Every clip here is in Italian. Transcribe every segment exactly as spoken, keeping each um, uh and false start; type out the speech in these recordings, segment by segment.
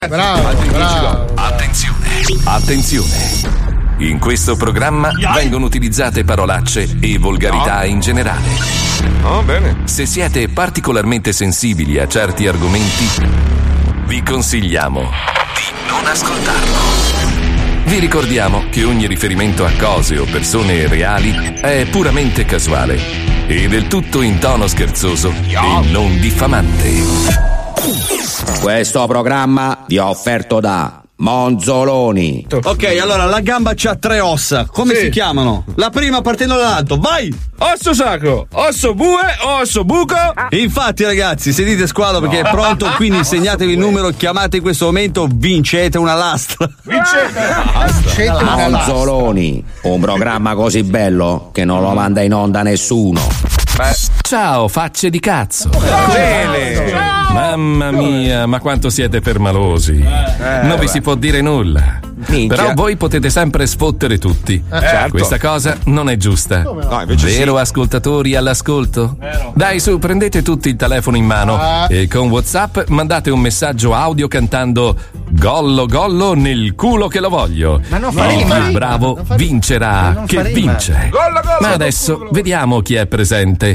Bravo, bravo. Attenzione, attenzione. In questo programma vengono utilizzate parolacce e volgarità in generale. Oh, bene. Se siete particolarmente sensibili a certi argomenti, vi consigliamo di non ascoltarlo. Vi ricordiamo che ogni riferimento a cose o persone reali è puramente casuale e del tutto in tono scherzoso e non diffamante. Questo programma vi è offerto da Monzoloni. Ok, allora la gamba c'ha tre ossa. Come Sì. si chiamano? La prima partendo dall'alto, vai! Osso sacro, osso bue, osso buco. Infatti, ragazzi, sentite squadro perché è pronto, quindi segnatevi il numero, chiamate in questo momento, vincete una lastra. C'è una lastra. Monzoloni, un programma così bello che non lo manda in onda nessuno. Ciao, facce di cazzo. Bene. Mamma mia, ma quanto siete permalosi. Non vi si può dire nulla. Minchia. Però voi potete sempre sfottere tutti. certo. Questa cosa non è giusta. No, invece Vero, ascoltatori all'ascolto? Dai, su, prendete tutti il telefono in mano e con WhatsApp mandate un messaggio audio cantando Gollo Gollo nel culo che lo voglio. Ma non Il fa rima. più bravo Non fa- vincerà, non che fa rima. vince. Gollo, gollo, Ma gollo, adesso gollo. vediamo chi è presente.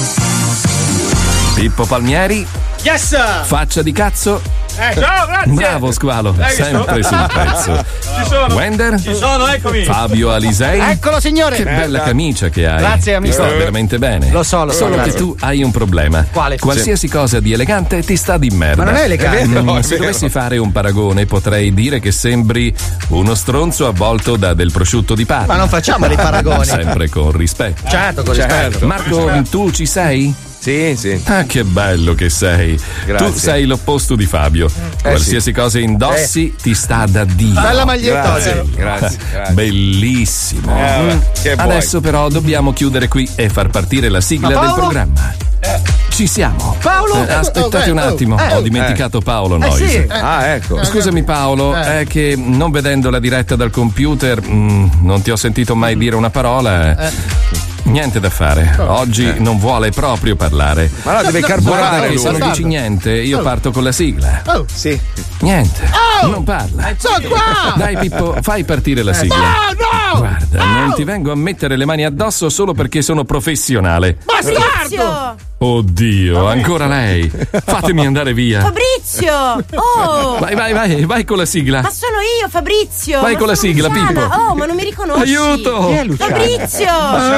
Pippo Palmieri, Yes! faccia di cazzo. Eh, ciao, grazie! Bravo Squalo, Dai, che sempre sto- sul pezzo. Ci sono! Wender, Ci sono, eccomi! Fabio Alisei. Eccolo, signore. Che bella camicia che hai. Grazie, Ti amico. sta veramente bene. Lo so, lo so, Solo grazie. che tu hai un problema. Quale? Qualsiasi cosa di elegante ti sta di merda. Ma non è elegante. Mm, vero, è se vero. dovessi fare un paragone, potrei dire che sembri uno stronzo avvolto da del prosciutto di Parma. Ma non facciamo dei paragoni. Sempre con rispetto. Certo, così Certo. Marco, tu ci sei? Sì, sì. Ah, che bello che sei. Grazie. Tu sei l'opposto di Fabio. Qualsiasi cosa indossi ti sta da Dio. Bella maglietta oggi. Grazie, grazie, grazie. Bellissimo. Eh, vabbè, che vuoi? Adesso però dobbiamo chiudere qui e far partire la sigla Ma del Paolo? programma. Ci siamo. Paolo? Eh, aspettate Eh, un attimo, eh, ho dimenticato Paolo Eh Noyes. sì. eh. Ah, ecco. Scusami Paolo, Eh. è che non vedendo la diretta dal computer mm, non ti ho sentito mai dire una parola. Eh. Niente da fare. Oggi non vuole proprio parlare. Ma no, deve Guarda carburare che lui. se non dici niente, io parto con la sigla. Oh, Sì. Niente, non parla. sono qua. Dai Pippo, fai partire la sigla. No, no. Guarda, non ti vengo a mettere le mani addosso solo perché sono professionale. Bastardo. Oddio, ancora lei. Fatemi andare via. Fabrizio! Oh! Vai, vai, vai, vai con la sigla. Ma sono io, Fabrizio! Vai Ma con la sono sigla, Luciana. Pippo. Oh, ma non mi riconosci! Aiuto! Chi è Luciana? Fabrizio!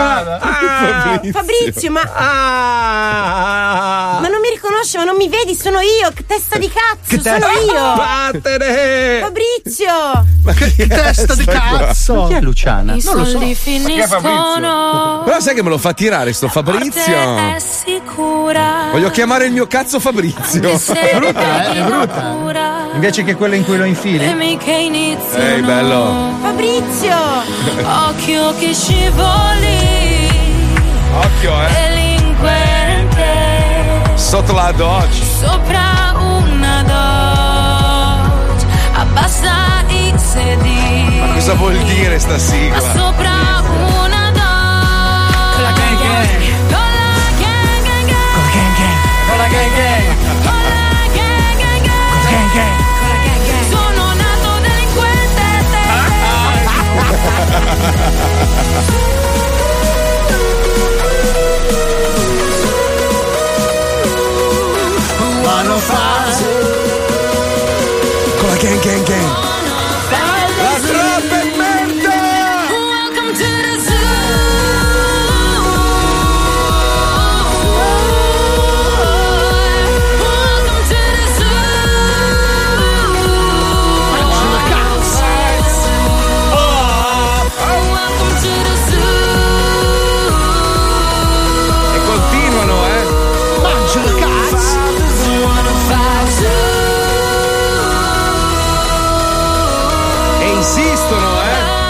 Ah, Fabrizio, ma. Ma non mi riconosci, ma non mi vedi? Sono io! Che testa di cazzo! Sono io! Vattene! Fabrizio! Ma che testa di cazzo. Chi è Luciana? I Non lo so. soldi finiscono. Però sai che me lo fa tirare sto Fabrizio? È sicura. Voglio chiamare il mio cazzo Fabrizio. È brutta, eh, è brutta. Invece che quello in cui lo infili. Ehi, bello. Fabrizio! Occhio che scivoli, Occhio, eh. delinquente, Sotto la Dodge. sopra una Dodge, abbassa i sedili. Ma cosa vuol dire sta Ma sigla? sopra una Dodge. Con la gang gang. Con la gang gang gang. Con la gang gang. Con la gang gang gang. Con la gang gang. Con la gang gang. Sono nato delinquente. Con la gang gang gang. La trappa è merda! Welcome to the zoo. Welcome to the zoo. Welcome to the zoo. E continuano, eh. Mangia la cazzo. E insistono, eh.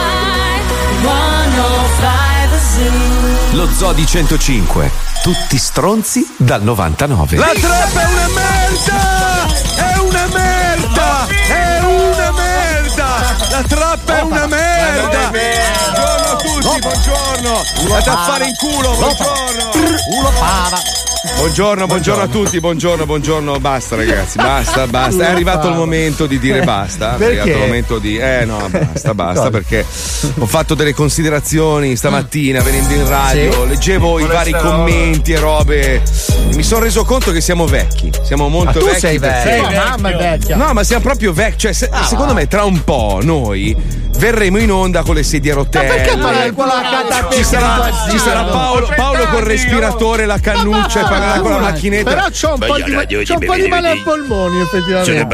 Lo Zoo di centocinque. Tutti stronzi dal novantanove. La trappa è una merda! È una merda! È una merda! La trappa è una merda! Buongiorno a tutti, buongiorno! Andate a fare in culo, buongiorno! Ulo pava. Buongiorno, buongiorno a tutti, buongiorno, buongiorno, basta ragazzi, basta, basta. È arrivato il momento di dire basta. È arrivato il momento di. Eh no, basta, basta, perché ho fatto delle considerazioni stamattina venendo in radio, leggevo i vari commenti e robe. Mi sono reso conto che siamo vecchi, siamo molto tu vecchi. sei vecchio. perché- Tua mamma è vecchia. No, ma siamo proprio vecchi. Cioè, se- secondo me, tra un po' noi verremo in onda con le sedie a rotelle. Ma perché parli con la catapecchia Ci sarà, di tua ci zia? sarà Paolo, Paolo col respiratore, la cannuccia e parlerà con la macchinetta. Però c'ho un po' di, c'ho un po' di male ai polmoni, effettivamente.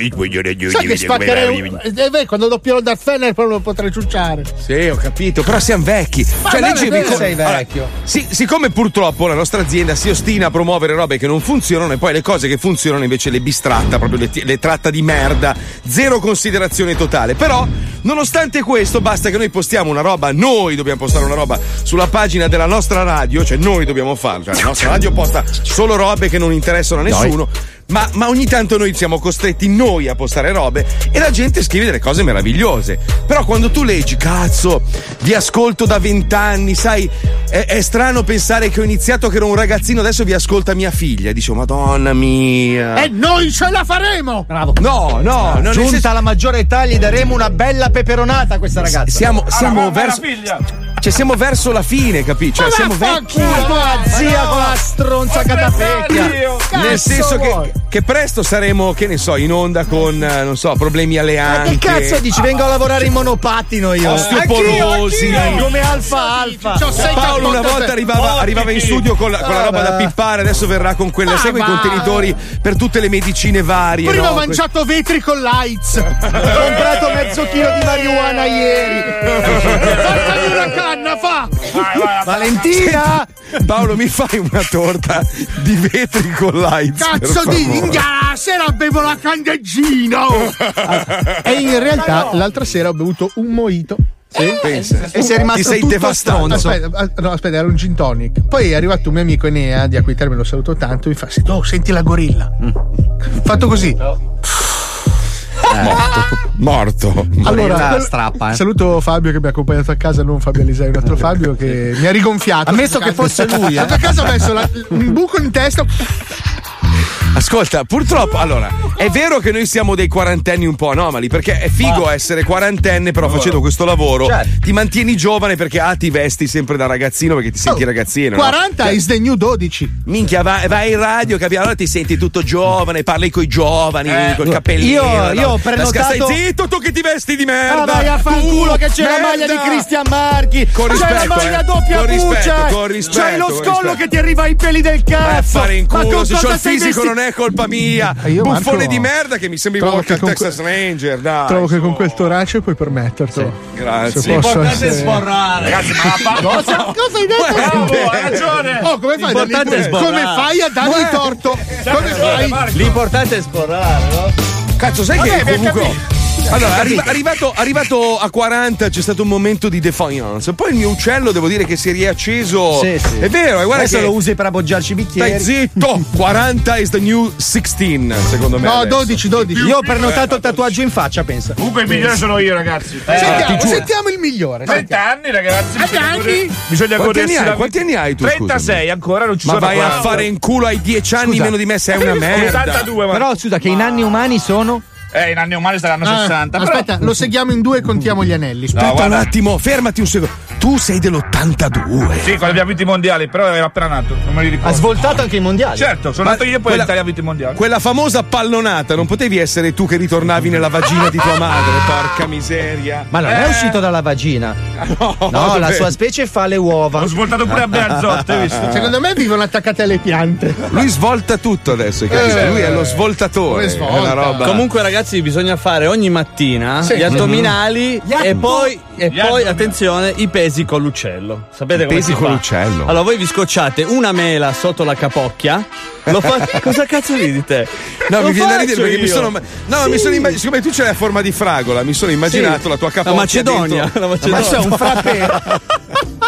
Sai che spaccherei un... eh, beh, quando doppierò Darth Vader poi lo potrei ciucciare. Sì, ho capito, però siamo vecchi. Ma Cioè, non è leggevi vero, co- sei vecchio. Allora, sì, siccome purtroppo la nostra azienda si ostina a promuovere robe che non funzionano e poi le cose che funzionano invece le bistratta, proprio le, le tratta di merda, zero considerazione totale. Però, nonostante questo, basta che noi postiamo una roba, noi dobbiamo postare una roba sulla pagina della nostra radio, cioè noi dobbiamo farlo, cioè la nostra radio posta solo robe che non interessano a nessuno. Ma, ma ogni tanto noi siamo costretti noi a postare robe e la gente scrive delle cose meravigliose. Però quando tu leggi, cazzo, vi ascolto da vent'anni, sai, è, è strano pensare che ho iniziato che ero un ragazzino, adesso vi ascolta mia figlia. Dicevo, madonna mia. E noi ce la faremo! Bravo. No, no, no. nel Giunta senso- alla maggiore età gli daremo una bella peperonata a questa ragazza. Siamo, siamo verso. Cioè, siamo verso la fine, capisci? Cioè, Ma siamo vaffanculo, vecchi. tua zia con la stronza catapecchia. Nel senso vuoi? che, che presto saremo, che ne so, in onda con, eh, non so, problemi alle Ma anche. che cazzo dici? Vengo a lavorare in monopattino io. Osteoporosi. Come alfa alfa. C'ho sei Paolo una capote- volta arrivava, arrivava in studio con la, con la roba da pippare, adesso verrà con quella, Ma sai, quei va. contenitori per tutte le medicine varie. Prima no? ho mangiato vetri con l'AIDS. Ho comprato mezzo chilo di marijuana ieri. Portami una canna, fa! Valentina! Paolo, mi fai una torta di vetri con l'AIDS? Cazzo per di favore? minchia, la sera bevo la candeggina! E in realtà l'altra sera ho bevuto un mojito. Sì? Pensa. E sei rimasto Ti sei tutto devastato. stronzo. Aspetta, ah, no, aspetta, era un gin tonic. Poi è arrivato un mio amico Enea, di a cui termine lo saluto tanto, mi fa: oh, senti la gorilla. Fatto così. Morto. Allora, Gorilla quello- strappa, eh. saluto Fabio che mi ha accompagnato a casa, non Fabio Alisei, un altro Fabio che mi ha rigonfiato. Ammesso che fosse lui, eh. A casa ho messo la- un buco in testa. Ascolta, purtroppo, allora, è vero che noi siamo dei quarantenni un po' anomali, perché è figo essere quarantenne, però facendo questo lavoro Certo. ti mantieni giovane perché ah, ti vesti sempre da ragazzino perché ti senti Oh, ragazzino. no? quaranta Cioè, is the new dodici. minchia, vai, vai in radio, capi? Allora ti senti tutto giovane, parli coi giovani, col cappellino. io- io ho no? prenotato- Stai zitto, tu che ti vesti di merda. Ah, vai a fanculo Tu, che c'è la merda. maglia di Cristian Marchi. Con c'è rispetto, la maglia eh. doppia Con rispetto, buccia. con rispetto, C'hai lo con scollo rispetto. che ti arriva ai peli del Vai a cazzo. fare in Ma culo, con se c'ho cosa il sei fisico vesti- non è colpa mia. Eh, io, Buffone Marco, di merda che mi sembri trovo Walker che con Texas Ranger, dai. Trovo che su. con quel torace puoi permettertelo. Grazie. Se posso essere- sborrare. Ragazzi, ma la Cosa, cosa hai detto? Bravo, hai ragione. Oh, come fai, a dargli- L'importante è sborrare. come fai a dargli torto? Come fai? L'importante è sborrare, no? Cazzo, sai Vabbè, che mi ha comunque. Allora, arri- arrivato, arrivato a quaranta c'è stato un momento di defiance. Poi il mio uccello, devo dire che si è riacceso. Sì, sì. È vero, e guarda Adesso che. lo usi per appoggiarci i bicchieri. Stai zitto! quaranta is the new sixteen, secondo me. No, adesso. dodici, dodici. Io ho prenotato il tatuaggio in faccia, pensa. Comunque il migliore sono io, ragazzi. Sentiamo, sentiamo il migliore. trenta anni, ragazzi. trenta anni? Bisogna Quanti anni godersi hai? la Quanti anni hai tu? scusami? trentasei ancora, non ci Ma sono vai a quaranta. fare in culo ai dieci anni Scusa. meno di me, sei una merda. ottantadue, ma Però scusa, che in anni umani sono. eh, in anni umani saranno Ah, sessanta. però- aspetta, lo seghiamo in due e contiamo gli anelli. No, Aspetta un guarda. attimo, fermati un secondo. Tu sei dell'ottantadue. Sì, quando abbiamo vinto i mondiali, però era appena nato, non me li Ha ricordo. svoltato anche i mondiali. Certo, sono Ma nato io e poi quella- l'Italia ha vinto i mondiali. Quella famosa pallonata, non potevi essere tu che ritornavi nella vagina di tua madre, porca miseria. Ma non è uscito dalla vagina. No, No, la dove- sua specie fa le uova. Ho svoltato pure a Bearzotto, hai visto? Secondo me vivono attaccate alle piante. Lui svolta tutto adesso, hai capito? Eh, Lui è lo svoltatore. come svolta? È una roba. Comunque, ragazzi, bisogna fare ogni mattina Sì. gli addominali Gli e addo- poi, e Gli poi addominali. attenzione, i pesi con l'uccello. Sapete come Pesi si con fa? l'uccello. Allora, voi vi scocciate una mela sotto la capocchia. Lo fa... Cosa cazzo ridi te? No, Lo mi viene da faccio ridere perché mi io. sono. No, mi sono immaginato. Siccome tu c'hai la forma di fragola, mi sono immaginato Sì. la tua La capocchia. Macedonia, dentro- la Macedonia. Ma c'è un frappè.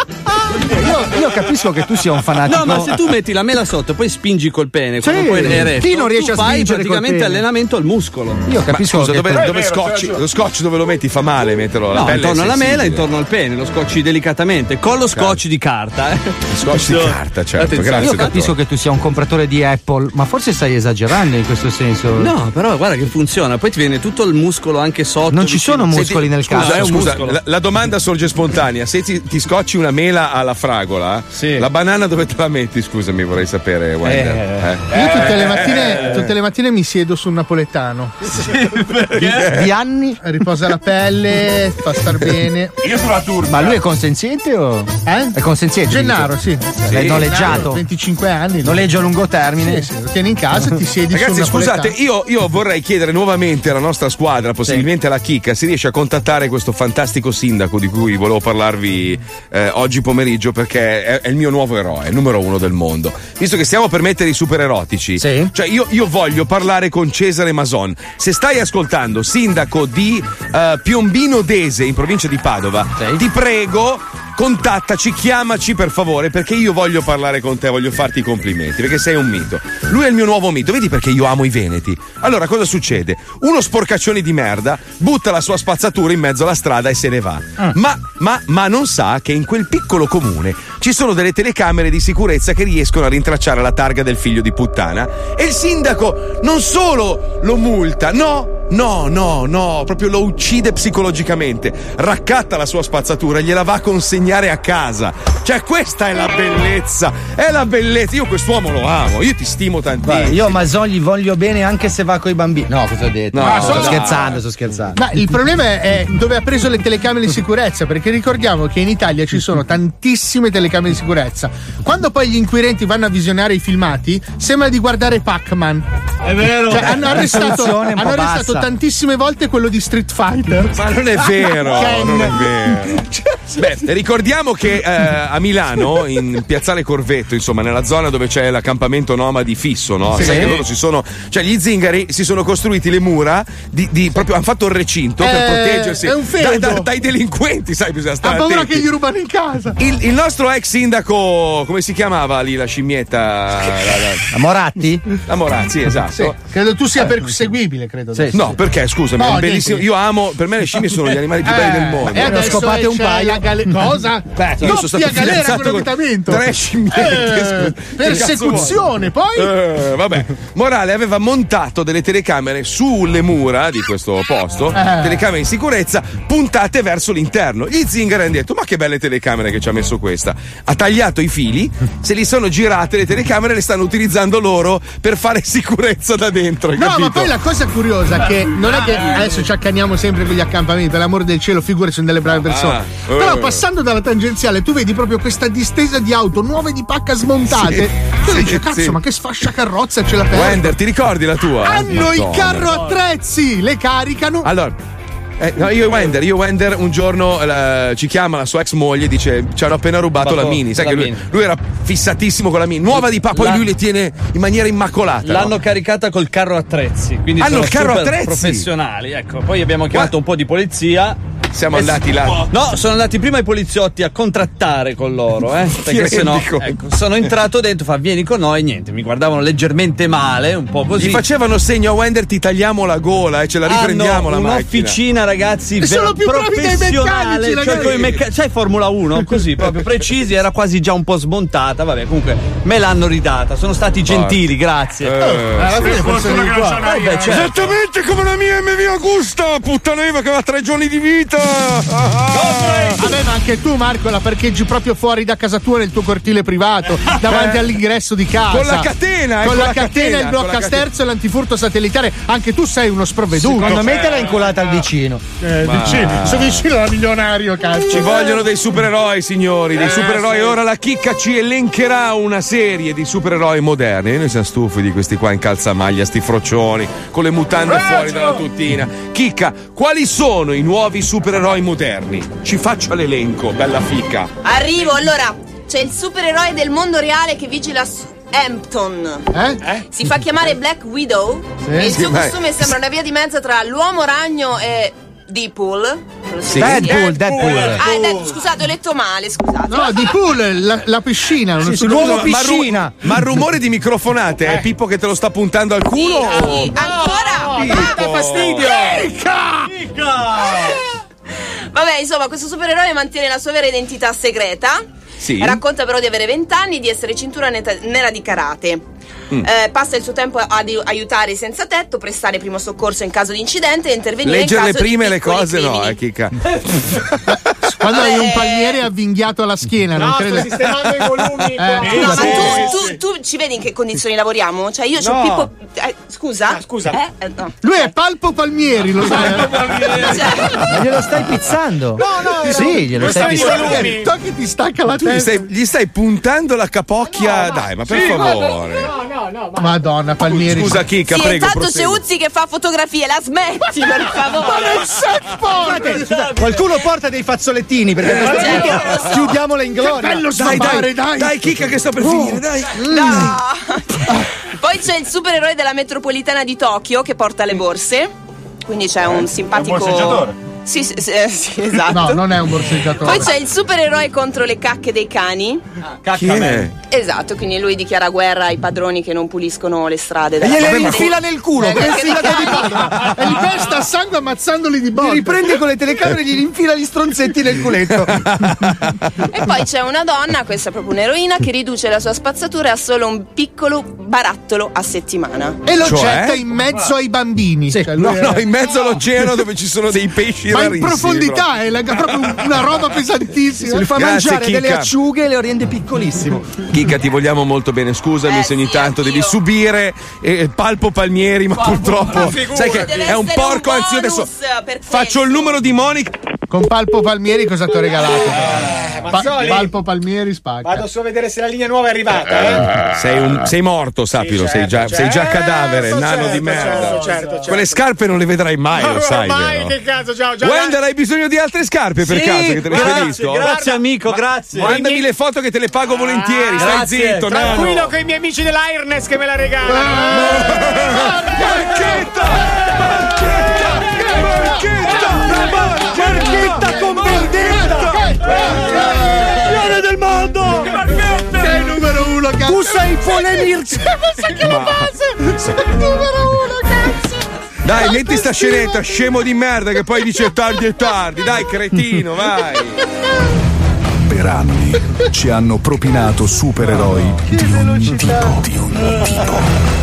Io, io capisco che tu sia un fanatico. No, ma se tu metti la mela sotto e poi spingi col pene, Sì, quando poi è eretto, chi non riesce tu a fai spingere col praticamente pene? allenamento al muscolo. Io capisco Ma scusa, che dove, tu- dove Eh, scotchi? Lo scotch dove lo metti fa male metterlo? La No, pelle è intorno alla mela, sensibile. intorno al pene, lo scotchi delicatamente, con lo scotch di carta. Eh. Scotch di carta, certo. Attenzione. Grazie, Io capisco dottore. che tu sia un compratore di Apple, ma forse stai esagerando in questo senso. No, però guarda che funziona, poi ti viene tutto il muscolo anche sotto. Non ci vicino. sono muscoli nel scusa, caso. è un Scusa, muscolo. la, la domanda sorge spontanea. Se ti, ti scocci una mela alla fragola, Sì. la banana dove te la metti? Scusami, vorrei sapere, Wender. Eh. Io tutte le mattine, tutte le mattine mi siedo sul napoletano. Di anni? Riposa la pelle, fa star bene. Io sono la turca. Ma lui è consenziente o? Eh? È consenziente? Gennaro, sì. L'hai noleggiato? venticinque anni. Noleggio a lungo termine? Sì, sì, lo tieni in casa e ti siedi Ragazzi, sul scusate, napoletano. io, io vorrei chiedere nuovamente alla nostra squadra, possibilmente alla Chicca, se riesce a contattare questo fantastico sindaco di cui volevo parlarvi eh, oggi pomeriggio, perché è, è il mio nuovo eroe, il numero uno del mondo. Visto che stiamo per mettere i super erotici, Sì. cioè io, io voglio parlare con Cesare Mason. Se stai ascoltando, sindaco di eh, Piombino Dese, in provincia di Padova, Sì. ti prego, contattaci, chiamaci per favore, perché io voglio parlare con te, voglio farti i complimenti, perché sei un mito. Lui è il mio nuovo mito, vedi perché io amo i veneti. Allora cosa succede? Uno sporcaccione di merda butta la sua spazzatura in mezzo alla strada e se ne va. Ma, ma, ma non sa che in quel piccolo comune ci sono delle telecamere di sicurezza che riescono a rintracciare la targa del figlio di puttana e il sindaco non solo lo multa, no, no, no, no, proprio lo uccide psicologicamente, raccatta la sua spazzatura e gliela va a consegnare a casa. Cioè questa è la bellezza, è la bellezza. Io quest'uomo lo amo, io ti stimo tantissimo. Guarda, io a Mason gli voglio bene anche se va coi bambini. No, cosa ho detto? No, No, sto dai. scherzando, sto scherzando. Ma il problema è dove ha preso le telecamere di sicurezza, perché ricordiamo che in Italia ci sono tantissime telecamere di sicurezza. Quando poi gli inquirenti vanno a visionare i filmati, sembra di guardare Pac-Man. È vero. Cioè, hanno arrestato, risoluzione un po' hanno arrestato bassa. tantissime volte quello di Street Fighter. Ma non è vero, Ken. non è vero. Beh, ricordiamo che eh, a Milano, in Piazzale Corvetto, insomma, nella zona dove c'è l'accampamento nomadi fisso, no? Sì. Sai che loro si sono. Cioè, gli zingari si sono costruiti le mura di, di proprio hanno fatto il recinto per Eh, proteggersi è un feudo. da- da- dai delinquenti, sai, bisogna Ha stare paura attenti. che gli rubano in casa. Il, il nostro ex sindaco, come si chiamava lì la scimmietta? La, la, A Moratti? la Morazzi, esatto. Sì, credo tu sia perseguibile, credo. Sì, No, perché scusami, No, è bellissimo. niente. Io amo, per me le scimmie sono gli animali più belli del mondo. E adesso scopate un c'è paio. la gale- cosa? Beh, io sono stato Doppia galera fidanzato con con avvitamento. tre scimmiette, Eh, scusa. Che persecuzione, poi Eh, vabbè, Morale aveva montato delle telecamere sulle mura di questo posto, Eh. telecamere in sicurezza puntate verso l'interno. Gli zingari hanno detto: ma che belle telecamere che ci ha messo questa. Ha tagliato i fili, se li sono girate le telecamere, le stanno utilizzando loro per fare sicurezza da dentro. Hai No, capito? ma poi la cosa curiosa è che non è che adesso ci accaniamo sempre con gli accampamenti, per l'amore del cielo, figurati, sono delle brave persone. Ah, Però eh. passando dalla tangenziale tu vedi proprio questa distesa di auto nuove di pacca smontate. Sì, tu sì, dici, cazzo, sì. ma che sfascia carrozza ce l'ha per? Wender, ti ricordi la tua? Hanno i Madonna. carro attrezzi, le caricano. Allora. Eh, no, io e Wender, io e Wender un giorno eh, ci chiama la sua ex moglie e dice: ci hanno appena rubato Rubato la Mini. Sai la che lui, Mini. lui era fissatissimo con la Mini, nuova di papà, poi La- lui le tiene in maniera immacolata. L'hanno no? caricata col carro attrezzi, quindi Hanno sono il carro super attrezzi? professionali. Ecco, poi abbiamo chiamato Guarda- un po' di polizia. Siamo E andati s- là. No, sono andati prima i poliziotti a contrattare con loro, eh. Perché se no, rendi conto? ecco, sono entrato dentro, fa vieni con noi, niente, mi guardavano leggermente male, un po' così. Gli facevano segno a Wender: ti tagliamo la gola e ce la riprendiamo la Hanno macchina. un'officina, ragazzi, E sono ver- più bravi dei professionale, meccanici, cioè ragazzi. coi mecca- sai Formula uno, così proprio precisi, era quasi già un po' smontata, vabbè, comunque me l'hanno ridata, sono stati gentili, grazie. Eh, Alla fine funziona di qua. Eh, beh, certo. Esattamente come la mia M V Augusta, puttaneva che aveva tre giorni di vita. Vabbè, ma anche tu, Marco, la parcheggi proprio fuori da casa tua nel tuo cortile privato, davanti Eh. all'ingresso di casa. Con la catena, eh, con, con la, la catena, catena, il con la blocca catena. sterzo e l'antifurto satellitare. Anche tu sei uno sprovveduto. Secondo me te l'ha inculata al vicino. Eh, vicino, sono vicino al milionario, cazzo. Ci vogliono dei supereroi, signori, dei supereroi. Ora la Chicca ci elencherà una serie di supereroi moderni. E noi siamo stufi di questi qua in calzamaglia, sti froccioni, con le mutande fuori dalla tuttina. Chicca, quali sono i nuovi supereroi moderni? Ci faccia l'elenco, bella fica. Arrivo, allora, c'è il supereroe del mondo reale che vigila su Hampton. Eh? Si fa chiamare Black Widow e il Sì, suo ma- costume sembra una via di mezzo tra l'uomo ragno e Deadpool. Sì. Deadpool, Deadpool. Ah, Deadpool, scusate, ho letto male, scusate. No, di pool, la, la piscina. Non Sì, so l'uomo cosa- piscina. Ma il rumore di microfonate è Pippo che te lo sta puntando al culo? Sì, o- sì. Ancora? Pippo. fastidio! Vabbè, insomma, questo supereroe mantiene la sua vera identità segreta. Sì. Racconta però di avere vent'anni e di essere cintura neta- nera di karate. Mm. Eh, passa il suo tempo ad aiutare i senza tetto, prestare primo soccorso in caso di incidente e intervenire Leggere in le caso prime di le piccoli cose no, crimini. eh, chicca. Quando hai un Eh. palmiere avvinghiato alla schiena, non No, crede? sto sistemando i volumi qua. Eh, No, ma Sì, tu, tu, tu ci vedi in che condizioni lavoriamo? Cioè io c'ho No. Pippo. Eh, scusa? Ah, scusa. Eh? Eh, no. Lui è Palpo Palmieri, lo sai? Cioè, Ma glielo stai pizzando? No, no, era- Sì, glielo stai questi pizzando. volumi. Tocchi ti stacca la Tu gli testa. stai, gli stai puntando la capocchia. Dai, ma per Sì, favore. No, no, no, ma Madonna, Palmieri. Scusa, chicca, sì, prego. intanto c'è prosegui. Uzzi che fa fotografie, la smetti per favore. Scusate, qualcuno porta dei fazzolettini perché a questo Cioè, punto non lo so. chiudiamola in gloria. Bello Dai, sfamare, dai, dai. dai, chicca che sto per finire, dai. No. Poi c'è il supereroe della metropolitana di Tokyo che porta le borse. Quindi c'è un simpatico. È un borseggiatore. Sì, sì, sì, eh, sì, esatto. No, non è un borseggiatore. Poi c'è il supereroe contro le cacche dei cani. Chi è? Esatto, quindi lui dichiara guerra ai padroni che non puliscono le strade. E della gliele città. infila nel culo. Eh, Che che figa figa di di banda. E li testa a sangue ammazzandoli di Li botte. riprende con le telecamere e gli infila gli stronzetti nel culetto. E poi c'è una donna, questa è proprio un'eroina, che riduce la sua spazzatura a solo un piccolo barattolo a settimana. E lo Cioè? getta in mezzo ai bambini. Cioè, lui No, è- no, in mezzo all'oceano dove ci sono dei pesci Ma in rarissimi. profondità è la- proprio una roba pesantissima. Li fa Grazie, mangiare delle Chicca. acciughe e le rende piccolissimo. Chicca, ti vogliamo molto bene. Scusami Eh, se ogni sì, tanto anch'io. devi subire eh, Palpo Palmieri, ma purtroppo figurati. sai che Deve è un essere un porco. Anzi, io adesso bonus per faccio il questo. numero di Monica. Con Palpo Palmieri cosa ti ho regalato? Eh, Pa- Mazzoli. Palpo Palmieri spacca. Vado su a vedere se la linea nuova è arrivata, eh? Sei, un- sei morto, sappilo, Sì, sei, già, certo, sei già certo, cadavere, nano certo, di merda. certo, certo, certo. Quelle scarpe non le vedrai mai, lo sai. Ormai vero? che cazzo, ciao, ciao. Wender, hai bisogno di altre scarpe per Sì, caso che te le grazie, spedisco? grazie amico, grazie. Mandami le foto che te le pago volentieri, stai grazie. zitto, nano. Tranquillo con i miei amici dell'Airness che me la regalano. Marchetta! Marchetta! Marchetta! Marchetta con vendetta! Fiore del mondo! Sei il numero uno, cazzo. Tu sei Polemir! Dai, metti sta scenetta, scemo di merda, che poi dice tardi e tardi. Dai, cretino, vai. Per anni ci hanno propinato supereroi di ogni tipo, di ogni tipo.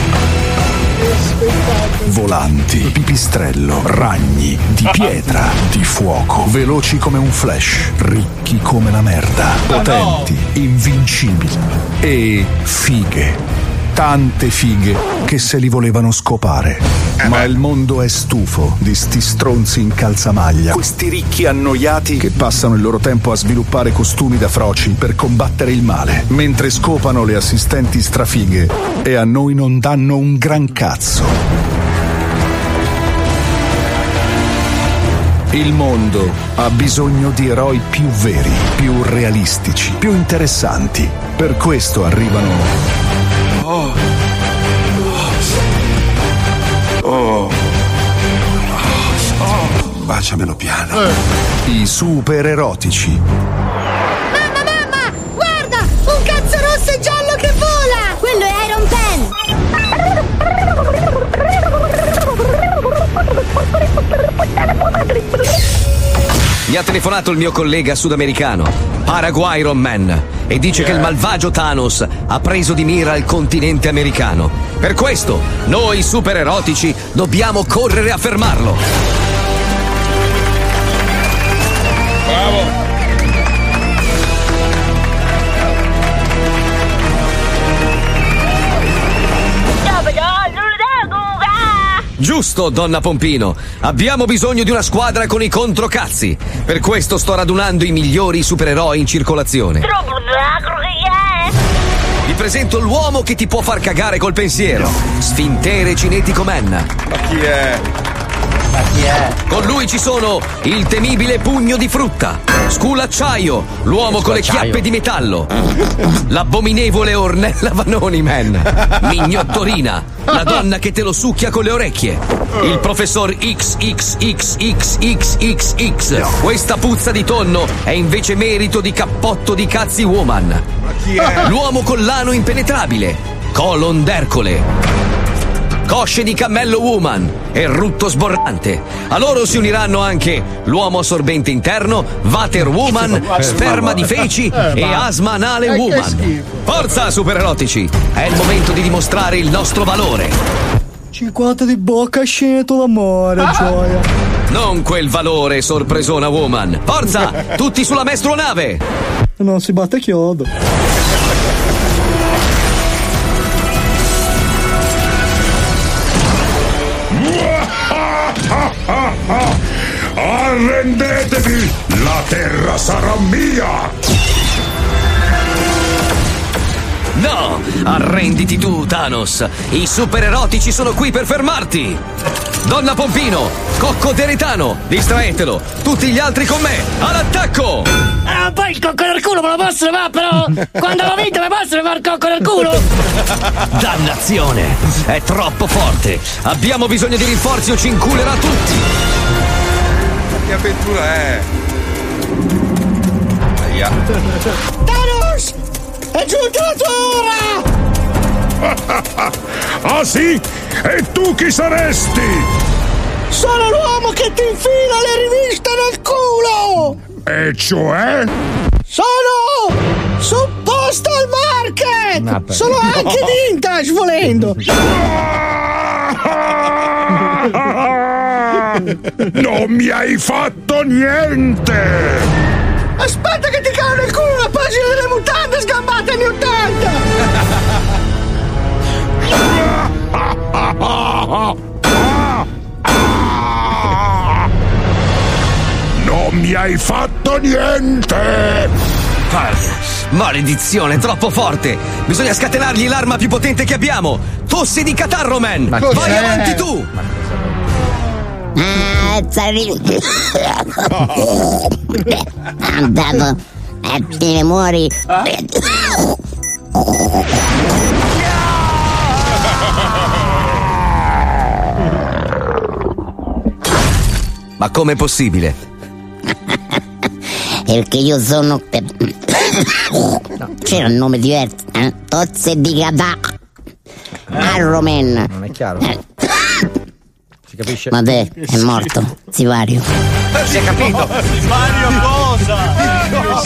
Volanti, pipistrello, ragni, di pietra, di fuoco, veloci come un flash, ricchi come la merda, potenti, invincibili e fighe. Tante fighe che se li volevano scopare. Ma il mondo è stufo di sti stronzi in calzamaglia. Questi ricchi annoiati che passano il loro tempo a sviluppare costumi da froci per combattere il male, mentre scopano le assistenti strafighe e a noi non danno un gran cazzo. Il mondo ha bisogno di eroi più veri, più realistici, più interessanti. Per questo arrivano... Oh. Oh. Baciamelo piano. I super erotici. Mamma, mamma, guarda! Un cazzo rosso e giallo che vola! Quello è Iron Pen! Mi ha telefonato il mio collega sudamericano, Paraguayron Man, e dice che il malvagio Thanos ha preso di mira il continente americano. Per questo, noi super erotici dobbiamo correre a fermarlo. Bravo. Giusto, donna Pompino. Abbiamo bisogno di una squadra con i controcazzi. Per questo sto radunando i migliori supereroi in circolazione. Vi presento l'uomo che ti può far cagare col pensiero. Sfintere Cinetico Man. Ma chi è? Ma chi Con lui ci sono il temibile pugno di frutta, Sculacciaio, l'uomo con le chiappe di metallo, l'abominevole Ornella Vanoni Man, Mignottorina, la donna che te lo succhia con le orecchie, il professor X X X X X X X. Questa puzza di tonno è invece merito di Cappotto di Cazzi Woman. Ma chi è? L'uomo con l'ano impenetrabile, Colon d'Ercole, Cosce di Cammello Woman e Rutto Sborrante. A loro si uniranno anche l'uomo assorbente interno, Vater Woman, Sperma di Feci e Asma Anale Woman. Forza, supererotici! È il momento di dimostrare il nostro valore. cinquanta di bocca, sceto l'amore, gioia. Non quel valore, sorpresona Woman. Forza, tutti sulla mestruonave! Non si batte chiodo. Arrendetevi! La terra sarà mia! No! Arrenditi tu, Thanos! I supererotici sono qui per fermarti! Donna Pompino, Cocco Deretano, distraetelo! Tutti gli altri con me! All'attacco! Ah, poi il cocco nel culo me lo posso levare, però! Quando l'ho vinto mi posso levare il cocco nel culo! Dannazione! È troppo forte! Abbiamo bisogno di rinforzi o ci inculerà tutti! Che avventura è? Aia. Thanos! È giunta la tua ora! Ah sì? E tu chi saresti? Sono l'uomo che ti infila le riviste nel culo! E cioè? Sono su Postal Market! Sono anche vintage volendo! Non mi hai fatto niente! Aspetta che ti cado nel culo la pagina delle mutande sgambate anni ottanta! Non mi hai fatto niente! Maledizione, troppo forte! Bisogna scatenargli l'arma più potente che abbiamo! Tosse di catarro, man! Ma Vai cos'è? avanti tu! Ah, andato a te muori. Ma com'è possibile? Perché io sono c'era un nome diverso, eh? Tozze di Gadà Arroman. Non è chiaro. Si capisce? Ma te è morto, Sivario. Si è capito? Mario cosa?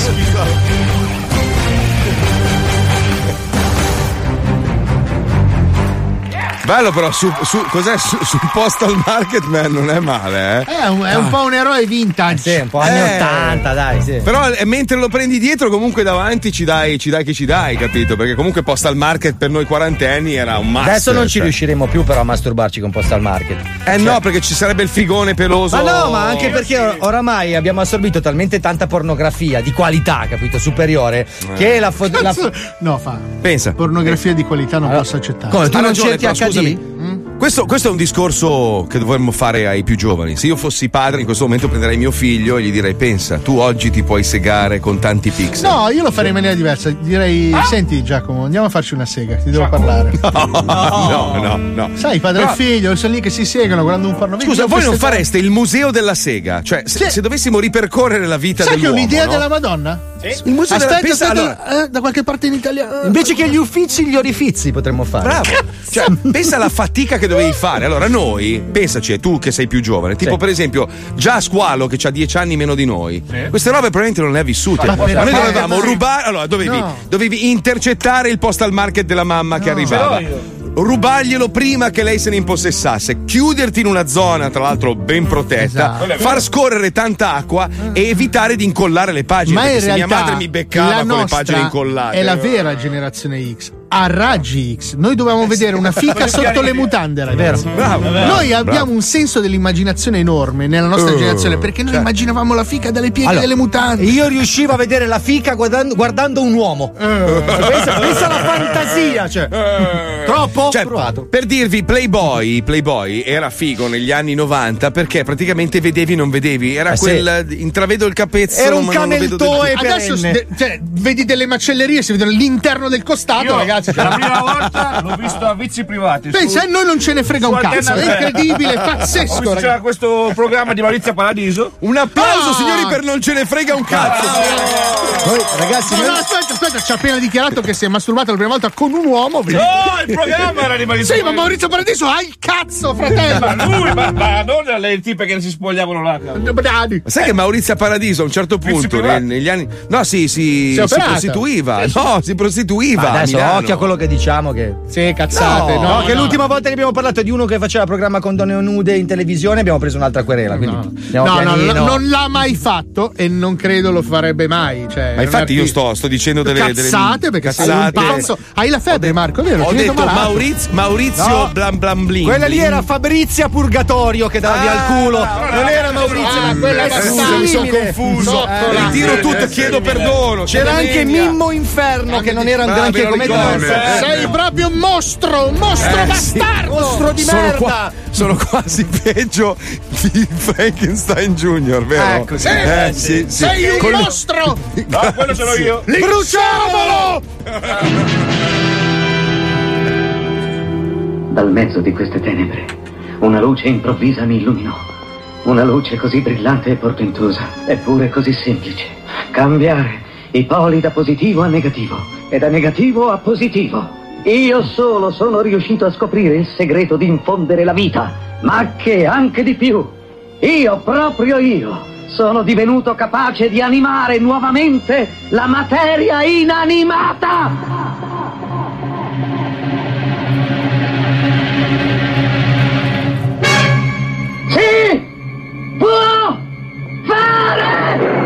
Bello però, su, su, cos'è? Su, su Postal Market Man non è male, eh? È un, è un po' un eroe vintage. Sì, un po' anni ottanta, dai, sì. Però eh, mentre lo prendi dietro, comunque davanti ci dai, ci dai che ci dai, capito? Perché comunque Postal Market per noi quarantenni era un master. Adesso non ci cioè. riusciremo più però a masturbarci con Postal Market. Eh cioè. No, perché ci sarebbe il frigone peloso. Ma no, ma anche perché or- oramai abbiamo assorbito talmente tanta pornografia di qualità, capito, superiore, Eh. che la, fo- la fo- No, fa. Pensa. Pornografia di qualità non posso accettare. Come, tu Ha non ragione, cerchi però, acca di? scusami. Questo, questo è un discorso che dovremmo fare ai più giovani. Se io fossi padre, in questo momento prenderei mio figlio e gli direi: pensa, tu oggi ti puoi segare con tanti pixel. No, io lo farei in maniera diversa. Direi: senti, Giacomo, andiamo a farci una sega, ti devo parlare. No, no, no, no. Sai, padre Però- e figlio sono lì che si segano guardando un porno. Scusa, voi non fareste il museo della sega? Cioè, se, se dovessimo ripercorrere la vita Sai che ho dell'uomo, un'idea no? della Madonna? Il museo aspetta, della pensa, aspetta, allora- eh, da qualche parte in Italia. Invece che gli uffizi, gli orifizi potremmo fare. Bravo. Cioè, pensa alla fatica che dovevi fare. Allora, noi, pensaci, e tu che sei più giovane, tipo Sì. per esempio, già Squalo che ha dieci anni meno di noi, queste robe probabilmente non le ha vissute. Ma Ma noi perché? dovevamo Ma- rubare. Allora, dovevi, No. dovevi intercettare il postal market della mamma che arrivava. Rubarglielo prima che lei se ne impossessasse, chiuderti in una zona, tra l'altro ben protetta, Esatto. far scorrere tanta acqua e evitare di incollare le pagine. Ma in perché se realtà mia madre mi beccava la con le nostra pagine incollate. è la vera generazione X. A raggi X. Noi dovevamo vedere una fica sotto le mutande, ragazzi. Bravo. Noi abbiamo Bravo. un senso dell'immaginazione enorme nella nostra Uh, generazione, perché noi cioè. immaginavamo la fica dalle pieghe Allora, delle mutande. Io riuscivo a vedere la fica guardando, guardando un uomo. Pensa, pensa alla fantasia, cioè. Troppo? Cioè, provato. per dirvi, Playboy, Playboy era figo negli anni novanta perché praticamente vedevi non vedevi. Era Eh, quel intravedo il capezzo. Era un ma non lo vedo del cameltoe tutto. adesso de- cioè, vedi delle macellerie, si vedono l'interno del costato, Io, ragazzi. per la prima volta l'ho visto a vizi privati. Pensa, a noi non ce ne frega su un cazzo, Antena è tre. incredibile, è Ho pazzesco. visto ragazzi. c'era questo programma di Maurizio Paradiso. Un applauso, Ah! signori, per non ce ne frega un cazzo. Poi, ragazzi, no, no, aspetta, aspetta, ci ha appena dichiarato che si è masturbato la prima volta con un uomo. No, il programma era di Maurizio Sì, ma Maurizio Paradiso ha il cazzo, fratello. Ma lui, ma, ma non le tipe che si spogliavano là. Sai che Maurizio Paradiso a un certo punto privati. neg- negli anni. No, sì, si, Si è si operata. prostituiva. No, si prostituiva. Ma a adesso Milano. occhio a quello che diciamo che. Sì, cazzate. No, No, che no. l'ultima volta che abbiamo parlato di uno che faceva programma con donne nude in televisione abbiamo preso un'altra querela. Quindi andiamo No, no, pianino. no, non l'ha mai fatto e non credo lo farebbe mai. Cioè, Ma infatti io non è sto, sto dicendo delle cazzate delle perché sei un cazzate. pazzo. Hai la febbre, Marco, vero? Ho Ti vedo detto malato. Maurizio, Maurizio No. Blam Blam Blin. Quella lì era Fabrizia Purgatorio che dava via il culo. Non era Maurizio, Ah, ma quella è bastarda. simile. Mi sono confuso. Eh, Ritiro tutto, chiedo perdono. C'era anche Mimmo Inferno che non era un Ah, granché me lo come ricordo. te. Sei proprio un mostro, un mostro Eh, sì. bastardo. Mostro di sono, merda. qua- sono quasi peggio di Frankenstein Junior, vero? Ecco, sì. Eh, sì, sì. Sei un Con- mostro. No, quello ce l'ho io. Bruciamolo! Dal mezzo di queste tenebre, una luce improvvisa mi illuminò. Una luce così brillante e portentosa, eppure così semplice. Cambiare i poli da positivo a negativo e da negativo a positivo. Io solo sono riuscito a scoprire il segreto di infondere la vita, ma che anche di più. Io, proprio io, sono divenuto capace di animare nuovamente la materia inanimata. Sì! Può fare!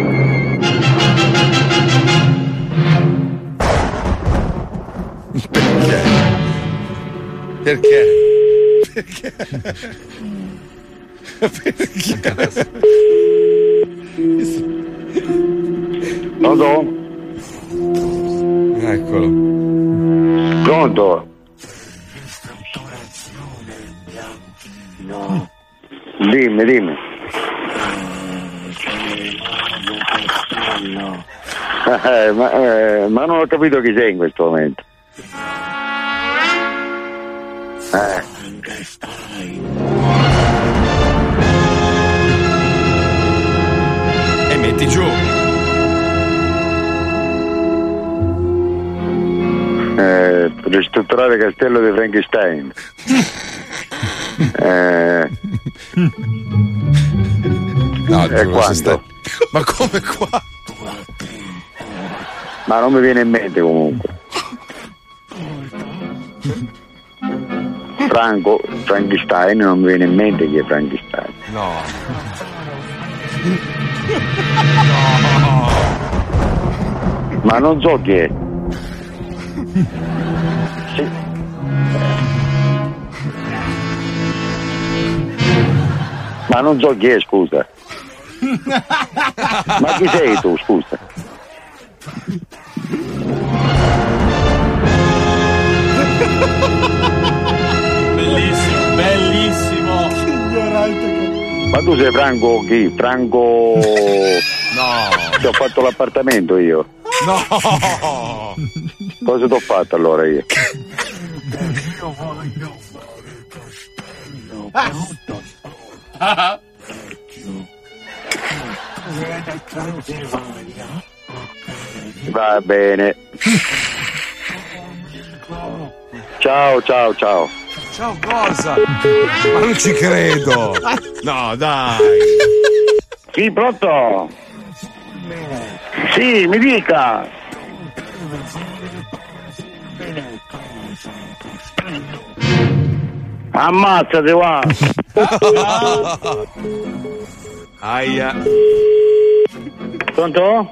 Perché? Perché? Perché? Pronto? Eccolo. Pronto? Dimmi, dimmi. Eh, ma, eh, ma non ho capito chi sei in questo momento. Eh. E metti giù. Eh, ristrutturare Castello di Frankenstein. Eh, No, e giuro, se stai- quando? Ma come qua? Ma non mi viene in mente comunque. Franco, Frankenstein, non mi viene in mente chi è Frankenstein. No. Ma non so chi è. Sì. Ma non so chi è, scusa. Ma chi sei tu, scusa? Bellissimo, bellissimo. Ma tu sei Franco chi? Franco... No. Ti ho fatto l'appartamento io. No. Cosa ti ho fatto allora io? Ah. Va bene. Ciao, ciao, ciao. Ciao, cosa? Ma non ci credo. No, dai. Sì, pronto? Sì, mi dica. Ammazzate, va. Aia. Pronto?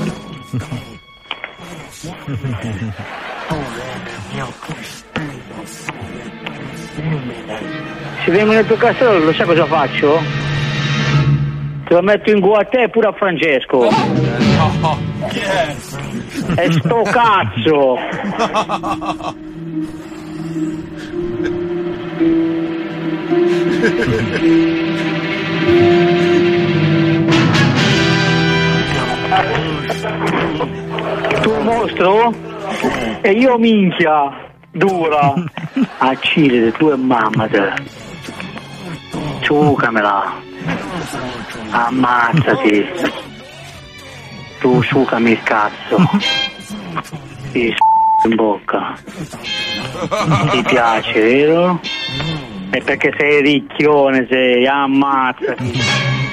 Se vengo nel tuo castello, lo sai cosa faccio? Te lo metto in culo a te e pure a Francesco. No. Chi è? E sto cazzo! Tu mostro? E io minchia dura. Accide, tu e mamma te. Ciucamela. Ammazzati. Tu ciucami il cazzo. Ti s***o in bocca. Ti piace, vero? E perché sei ricchione, sei, ammazzati.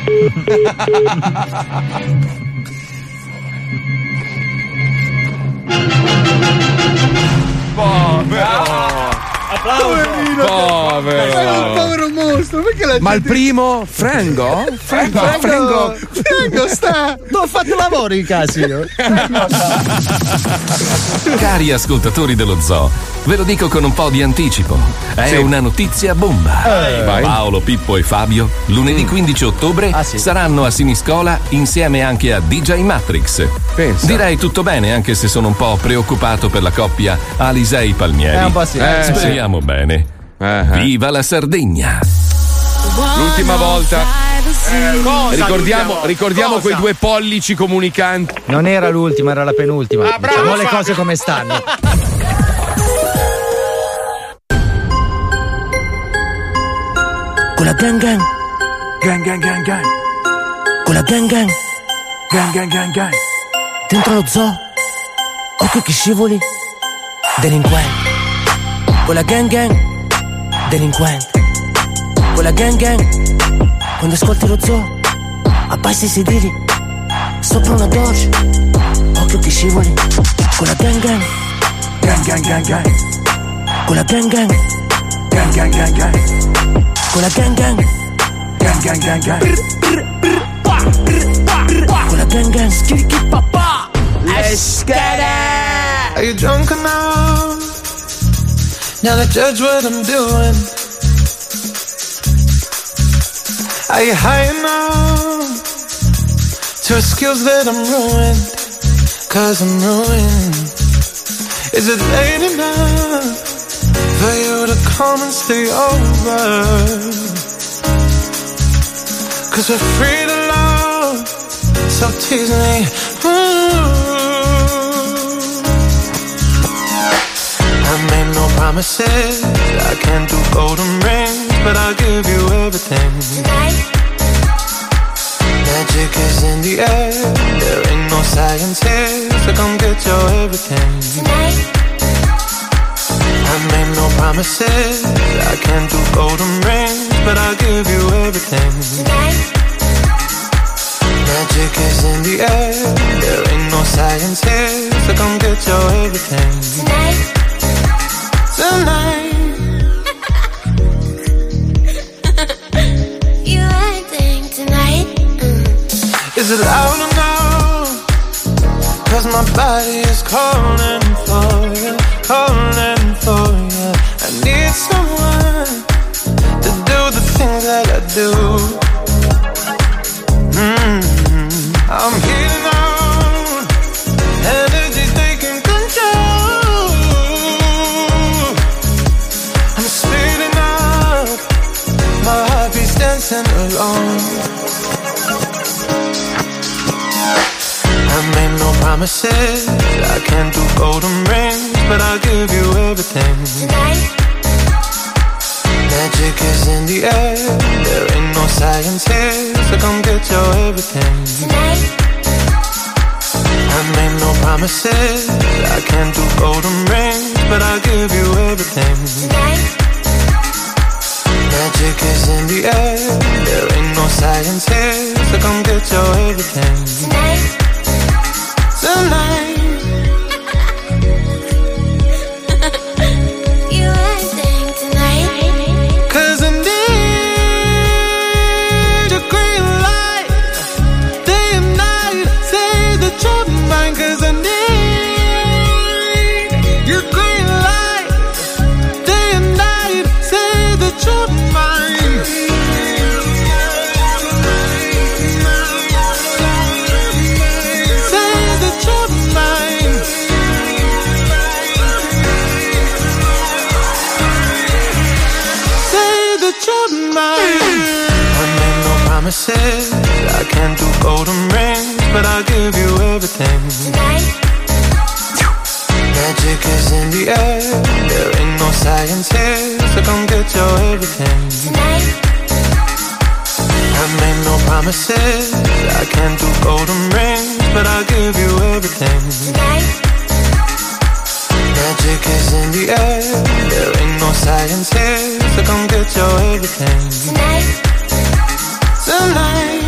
Povero! Poverino, Povero. è un povero mostro. Perché la Ma il gente- primo? Frango? Frango? Frango, Frango? Frango sta. Non ho fatto lavoro in casa io. Cari ascoltatori dello zoo, ve lo dico con un po' di anticipo. È Sì. una notizia bomba. Eh, vai. Paolo, Pippo e Fabio, lunedì quindici ottobre, saranno a Siniscola insieme anche a D J Matrix. Pensa. Direi tutto bene, anche se sono un po' preoccupato per la coppia Alisei Palmieri. Eh, un po' sì. Eh, Speriamo bene. Viva la Sardegna! L'ultima volta. cosa ricordiamo l'ultima? ricordiamo Cosa? quei due pollici comunicanti. Non era l'ultima, era la penultima. Ah, bravo, Diciamo le Fabio. cose come stanno. Con la gang gang, Gang gang gang gang. con la gang gang, Gang gang gang gang. dentro lo zoo, occhio che scivoli, delinquente. Con la gang gang, delinquente. Con la gang gang, quando ascolti lo zoo, abbassi i sedili, sopra una Dodge, occhio che scivoli. Con la gang gang, Gang gang gang gang. con la gang gang, Gang gang gang gang. con la gang gang, Gang gang gang gang. con la gang gang, schirichi papà. Let's get it! Are you drunk enough? Now to judge what I'm doing. Are you high enough to skills that I'm ruined? Cause I'm ruined. Is it late enough for you to come and stay over? Cause we're free to love, so tease me. Ooh. I made no promises, I can't do golden rings, but I'll give you everything. Magic is in the air, there ain't no science here, so come get your everything. I made no promises, I can't do golden rings, but I'll give you everything. Magic is in the air, there ain't no science here, so come get your everything. Tonight. You acting tonight? Is it loud or no? Cause my body is calling for you, calling for you. I need someone to do the things that I do. Mm-hmm. I'm heating on, energy's taking control. I'm speeding up, my heartbeat's dancing alone. I made no promises, I can't do golden rings, but I'll give you everything. Magic is in the air, there ain't no science here, so come get your everything. I made no promises, I can't do golden rings, but I'll give you everything. Magic is in the air, there ain't no science here, so come get your everything. Tonight. You acting tonight? Cause I need a green light, day and night, say that you're mine. Cause I need your green light, day and night, say that you're mine. Say that you're mine. promises. I can't do golden rings, but I'll give you everything. Magic is in the air, there ain't no science here, so come get your everything. I made no promises, I can't do golden rings, but I'll give you everything. Magic is in the air, there ain't no science here, so come get your everything. Tonight.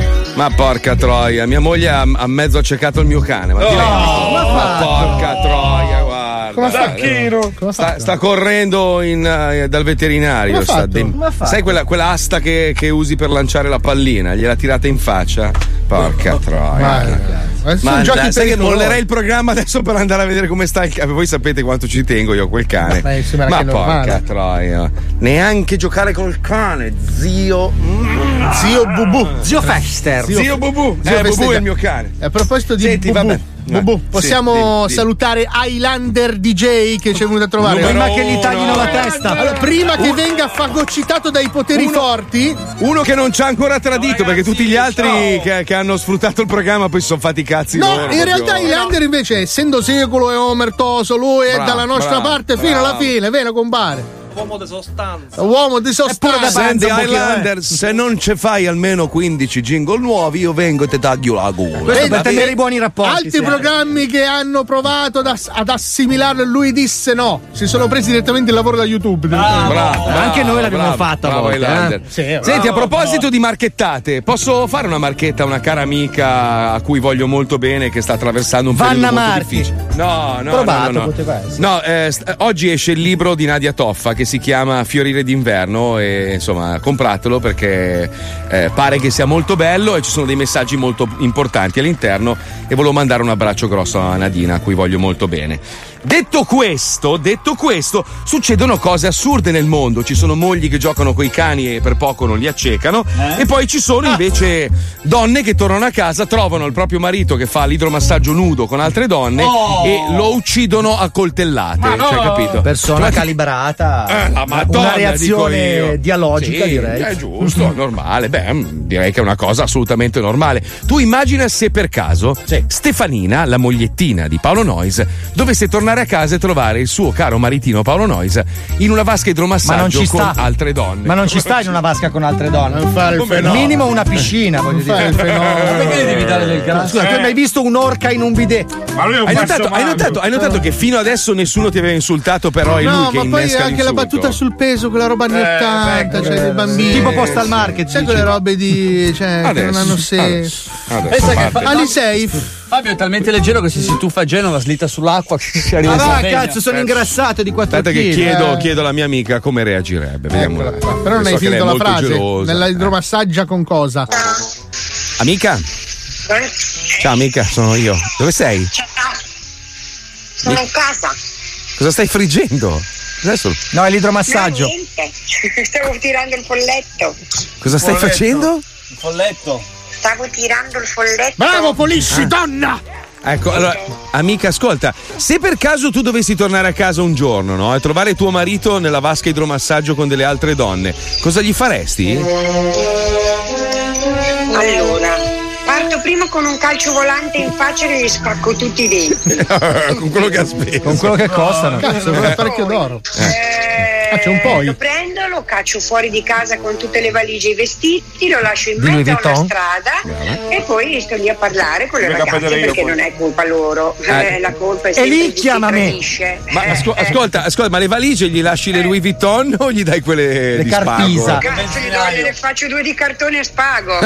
Ma porca troia, mia moglie ha, ha mezzo accecato il mio cane. Ma, Oh, ma, ma porca troia, guarda. Come ha fatto? Sta, sta, sta correndo in, uh, dal veterinario. Come ha Sta fatto? dem- Come ha fatto? Sai quella, quella asta che, che usi per lanciare la pallina? Gliel'ha tirata in faccia. Porca troia. Ma sono Ma giochi andà, sai che pericolosi. mollerei il programma adesso per andare a vedere come sta il cane. Voi sapete quanto ci tengo io a quel cane. Beh, sembra Ma che è porca normale. troia. Neanche giocare col cane, zio. Mm. Zio Bubu. Zio Fester. Zio, zio Bubu. Zio Eh, Bubu festeggia- è il mio cane. A proposito di Senti, Bubu, vabbè. Bubu, Sì, possiamo dimmi, dimmi. salutare Highlander D J che ci è venuto a trovare. Numero Prima che gli taglino la testa. Allora, prima che venga fagocitato dai poteri Uno- forti. Uno che non ci ha ancora tradito, perché tutti gli altri che, che hanno sfruttato il programma poi si sono fatti i cazzi No, loro. in realtà proprio. Highlander invece, essendo secolo e omertoso, lui è Bravo, dalla nostra bravo, parte fino bravo. alla fine, vero compare? Uomo di sostanza. Uomo di sostanza. Senti un pochino, eh. Highlander, se non ci fai almeno quindici jingle nuovi, io vengo e ti taglio la gola. Questo per Vedi? tenere i buoni rapporti. Altri sempre. programmi che hanno provato ad, ass- ad assimilarlo e lui disse no. Si sono presi direttamente il lavoro da YouTube. Bravo, bravo, anche noi l'abbiamo bravo, fatto a bravo volte, Highlander. eh. Sì, bravo, Senti, a proposito di marchettate, posso fare una marchetta a una cara amica a cui voglio molto bene che sta attraversando un Vanna periodo molto Marchi. difficile? No, no, Provato, no, no. poteva essere. No, eh, st- oggi esce il libro di Nadia Toffa che si chiama Fiorire d'inverno e insomma compratelo perché eh, pare che sia molto bello e ci sono dei messaggi molto importanti all'interno e volevo mandare un abbraccio grosso a Nadina a cui voglio molto bene. Detto questo, detto questo, succedono cose assurde nel mondo. Ci sono mogli che giocano coi cani e per poco non li accecano. Eh? E poi ci sono invece donne che tornano a casa, trovano il proprio marito che fa l'idromassaggio nudo con altre donne Oh. e lo uccidono a coltellate. Ma no. Cioè, capito? Persona Cioè, calibrata. eh, la Madonna, una reazione dico io. dialogica, Sì, direi. È giusto, normale. Beh, mm, direi che è una cosa assolutamente normale. Tu immagina se per caso Stefanina, la mogliettina di Paolo Noyes, dovesse tornare a casa e trovare il suo caro maritino Paolo Noyes in una vasca Ma non idromassaggio ci con sta. altre donne. Ma non ci sta in una vasca con altre donne. Non fare il Come fenomeno. Minimo una piscina, voglio Non fare il dire. fenomeno. Ma perché gli devi dare del grasso? Scusa, tu hai mai visto un'orca in un bidet? Ma lui è un Hai basso notato, hai, magro. notato, hai notato che fino adesso nessuno ti aveva insultato, però è lui No, che ma poi innesca anche la l'insulto. battuta sul peso, quella roba anni Eh, ottanta, ecco, cioè eh, dei bambini. Tipo postal market. Sai dici? quelle robe di. cioè, che Adesso, non hanno senso. adesso, adesso, Pensa che parte. fa- Alisei. Fabio è talmente leggero che se si tuffa a Genova slitta sull'acqua ci arriva Ah, in va, Sardegna. cazzo, sono ingrassato di quattro Aspetta che chili. chiedo, eh. chiedo alla mia amica come reagirebbe. Vediamo. Eccola qua. Però non So hai che lei finito è la molto frase. gelosa. Nella Eh. idromassaggia con cosa? Amica? Ciao amica, sono io. Dove sei? Sono in casa. Cosa stai friggendo? Adesso, No, è l'idromassaggio. No, niente. Stavo tirando il folletto. cosa stai Folletto. facendo? Il folletto. Stavo tirando il folletto. Bravo, Polisci, Ah. donna! Ecco, allora, amica, ascolta, se per caso tu dovessi tornare a casa un giorno, no? E trovare tuo marito nella vasca idromassaggio con delle altre donne, cosa gli faresti? Allora, parto prima con un calcio volante in faccia e gli spacco tutti i denti. Con quello che ha speso. Con quello che costano. Cazzo, quello è parecchio d'oro. Eh, Ah, c'è un poi. Lo prendo, lo caccio fuori di casa con tutte le valigie e i vestiti, lo lascio in Di Louis mezzo a una Vuitton? strada e poi sto lì a parlare con le Devo ragazze vedere io perché poi. non è colpa loro. Eh. Eh, la colpa è E sempre lì di chi chiama me. tradisce. Ma Eh, asco- eh. ascolta, ascolta, ma le valigie gli lasci le Louis Vuitton o gli dai quelle Le di Carpisa. spago? Cazzo, gli do- gliene faccio due di cartone e spago.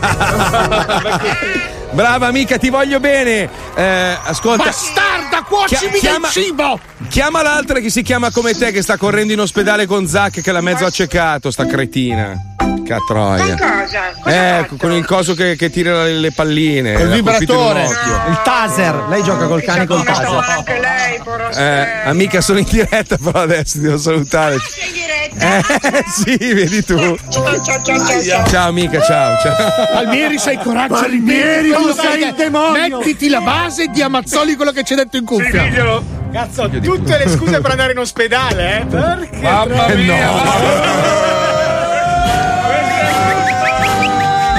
Brava amica, ti voglio bene. Eh, ascolta. Bastarda, cuocimi Chia- chiama- del cibo! Chiama l'altra che si chiama come te, che sta correndo in ospedale con Zac, che l'ha mezzo accecato, sta cretina. Catroia. Cosa? Eh, con il coso che, che tira le palline. Col l'ha colpito in un vibratore. occhio. Il taser. Lei gioca col cane col Come sta taser. anche lei, porro Eh, amica, sono in diretta, però adesso ti devo salutare. sei in diretta? Eh, sì, vedi tu. Ciao, ciao, ciao, ciao, ciao. Ciao amica, ciao, ciao. Palmieri, sei coraggio. Palmieri, tu sei il demonio. Mettiti la base e di ammazzoli quello che c'è detto in cuffia. Diglielo. Cazzo, tutte le scuse per andare in ospedale, eh? Perché? Mamma Eh, mia. no.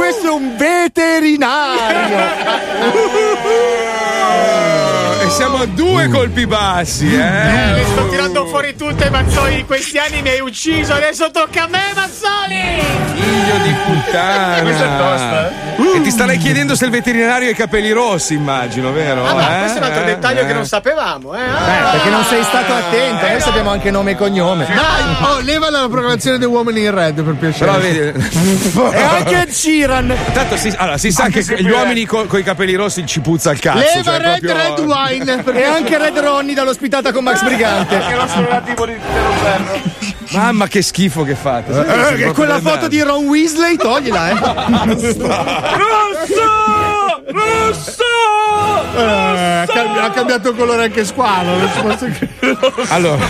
questo è un veterinario. E siamo a due colpi bassi, eh? Eh, le sto tirando fuori tutte, Mazzoli. In questi anni mi hai ucciso, adesso tocca a me, Mazzoli! Figlio di puttana! Questa è tosta, eh? E ti starei chiedendo se il veterinario ha i capelli rossi, immagino, vero? Ah, ma eh? questo è un altro eh, dettaglio eh. che non sapevamo, eh? Ah. Eh, perché non sei stato attento, noi sappiamo anche nome e cognome. Dai, oh, leva la proclamazione dei uomini in red, per piacere. Però vedi. E anche Ciran. Tanto si, allora, si sa Anche che se gli qui uomini con i capelli rossi ci puzza il cazzo. Leva cioè red, proprio... red wine. E anche Red Ronnie dall'ospitata con Max Brigante. Che non sono relativo di ferro. Mamma che schifo che fate. Eh, che quella foto di Ron Weasley, toglila, eh. Rosso! Rosso! Eh, ha cambi- ha cambiato colore anche Squalo. Non si posso credere. Allora,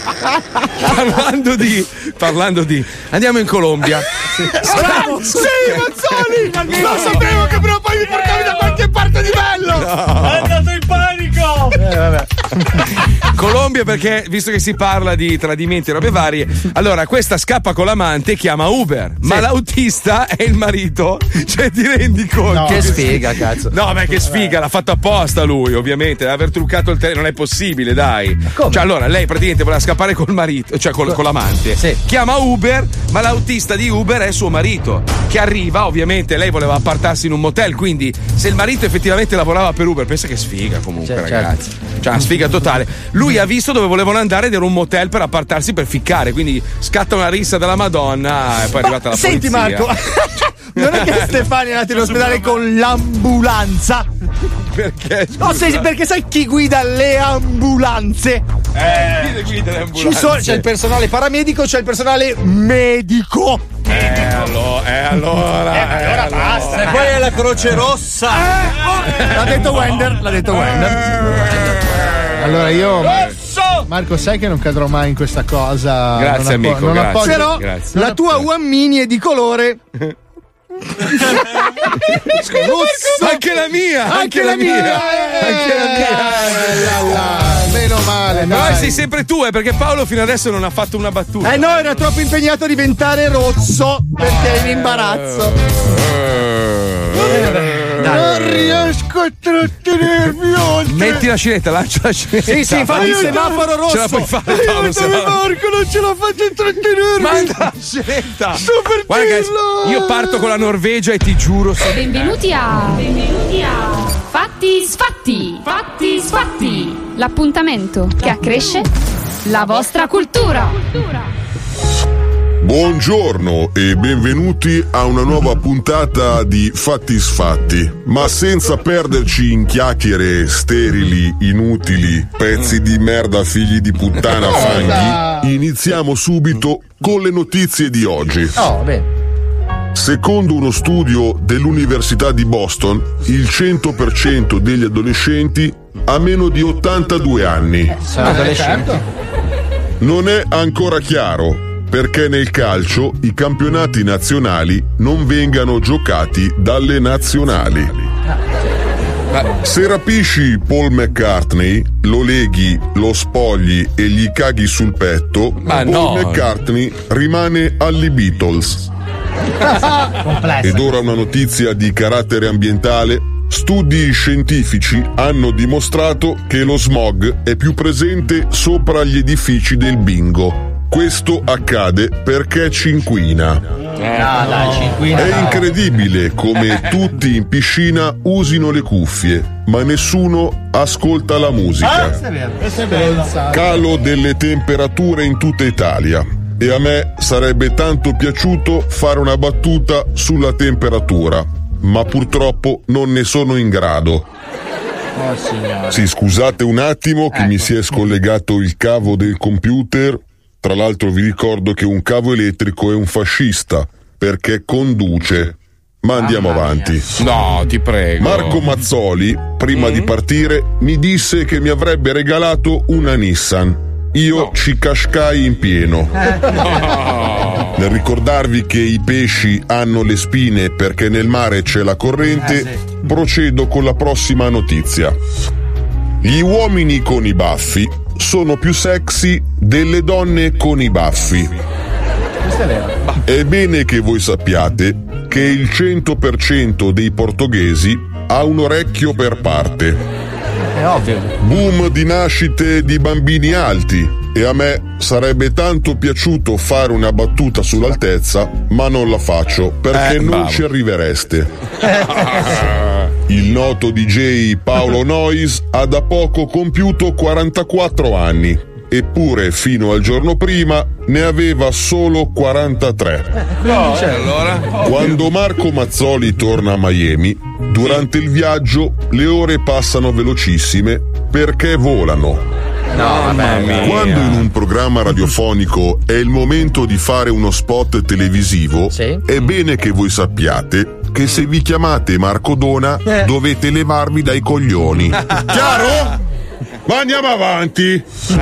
parlando di, parlando di, andiamo in Colombia. Bravo! Sì, Mazzoli! Lo sapevo che però poi mi portavi da qualche parte di bello! No. È andato in panico! Eh, vabbè. Colombia, perché visto che si parla di tradimenti e robe varie, allora questa scappa con l'amante e chiama Uber, ma l'autista è il marito. Cioè, ti rendi conto? No, che sfiga, cazzo. No, beh, che sfiga, l'ha fatto apposta lui, ovviamente. Deve aver truccato il telefono, non è possibile, dai. Come? Cioè, allora, lei praticamente voleva scappare col marito, cioè col, con l'amante. Sì. Chiama Uber, ma l'autista di Uber è suo marito. Che arriva, ovviamente, lei voleva appartarsi in un motel. Quindi, se il marito effettivamente lavorava per Uber, pensa che sfiga comunque, Certo, ragazzi. Cioè, una sfiga totale. Lui ha visto dove volevano andare ed era un motel per appartarsi per ficcare. Quindi scatta una rissa della Madonna e poi è arrivata la Senti, polizia. Marco, non è che Stefani è andato in ospedale con l'ambulanza? Perché? No, se- perché sai chi guida le ambulanze? Eh, chi guida le ambulanze? Ci sono, c'è il personale paramedico, c'è il personale medico. Eh, allora, eh, allora, eh, allora basta. E poi è la Croce Rossa. L'ha detto Wender, l'ha detto Wender. Allora io. Marco, sai che non cadrò mai in questa cosa. Grazie, non appo- amico, non grazie. appoggio- Però Grazie. la tua Uammini è di colore rosso. Anche la mia, anche, Anche la la mia, mia, anche la mia. Meno male, Però dai. sei sempre tu, eh, perché Paolo fino adesso non ha fatto una battuta. Eh no, era troppo impegnato a diventare rosso perché è in imbarazzo. Non riesco a trattenermi oltre. Metti la scinetta, lancia la scinetta. Sì, sì, infatti il semaforo rosso. Ce la puoi fare, Paolo, se Aiutami, no. Marco, non ce la faccio a trattenermi. Manda la scenetta. Sto per Guarda, guys, dirlo. io parto con la Norvegia e ti giuro. se- Benvenuti a Benvenuti a Fatti Sfatti Fatti Sfatti, l'appuntamento che accresce la vostra cultura. Buongiorno e benvenuti a una nuova puntata di Fatti Sfatti, ma senza perderci in chiacchiere sterili, inutili, pezzi di merda, figli di puttana, fanghi. Iniziamo subito con le notizie di oggi. Oh, bene. Secondo uno studio dell'Università di Boston, il cento per cento degli adolescenti ha meno di ottantadue anni. Sono adolescente. Non è ancora chiaro perché nel calcio i campionati nazionali non vengano giocati dalle nazionali. Se rapisci Paul McCartney, lo leghi, lo spogli e gli caghi sul petto, Ma Paul no. McCartney rimane agli Beatles. Ed ora una notizia di carattere ambientale. Studi scientifici hanno dimostrato che lo smog è più presente sopra gli edifici del bingo. Questo accade perché ci inquina. No, dai, ci inquina. È incredibile come tutti in piscina usino le cuffie, ma nessuno ascolta la musica. Questo è vero. Questo è bello. Calo delle temperature in tutta Italia. E a me sarebbe tanto piaciuto fare una battuta sulla temperatura, ma purtroppo non ne sono in grado. Oh, signore. Sì, scusate un attimo che mi si è scollegato il cavo del computer. Tra l'altro vi ricordo che un cavo elettrico è un fascista perché conduce. Ma andiamo avanti. No, ti prego. Marco Mazzoli, prima di partire, mi disse che mi avrebbe regalato una Nissan. Io ci cascai in pieno. Nel ricordarvi che i pesci hanno le spine perché nel mare c'è la corrente, procedo con la prossima notizia. Gli uomini con i baffi sono più sexy delle donne con i baffi. Questo è vero. È bene che voi sappiate che il cento per cento dei portoghesi ha un orecchio per parte. È ovvio. Boom di nascite di bambini alti, e a me sarebbe tanto piaciuto fare una battuta sull'altezza, ma non la faccio perché Eh, non bravo. ci arrivereste. Il noto D J Paolo Noyes ha da poco compiuto quarantaquattro anni, eppure fino al giorno prima ne aveva solo quarantatré. No, allora? Quando Marco Mazzoli torna a Miami, durante il viaggio le ore passano velocissime perché volano. No, mamma mia. Quando in un programma radiofonico è il momento di fare uno spot televisivo, è bene che voi sappiate che se vi chiamate Marco Dona Eh. dovete levarvi dai coglioni. Chiaro? Ma andiamo avanti.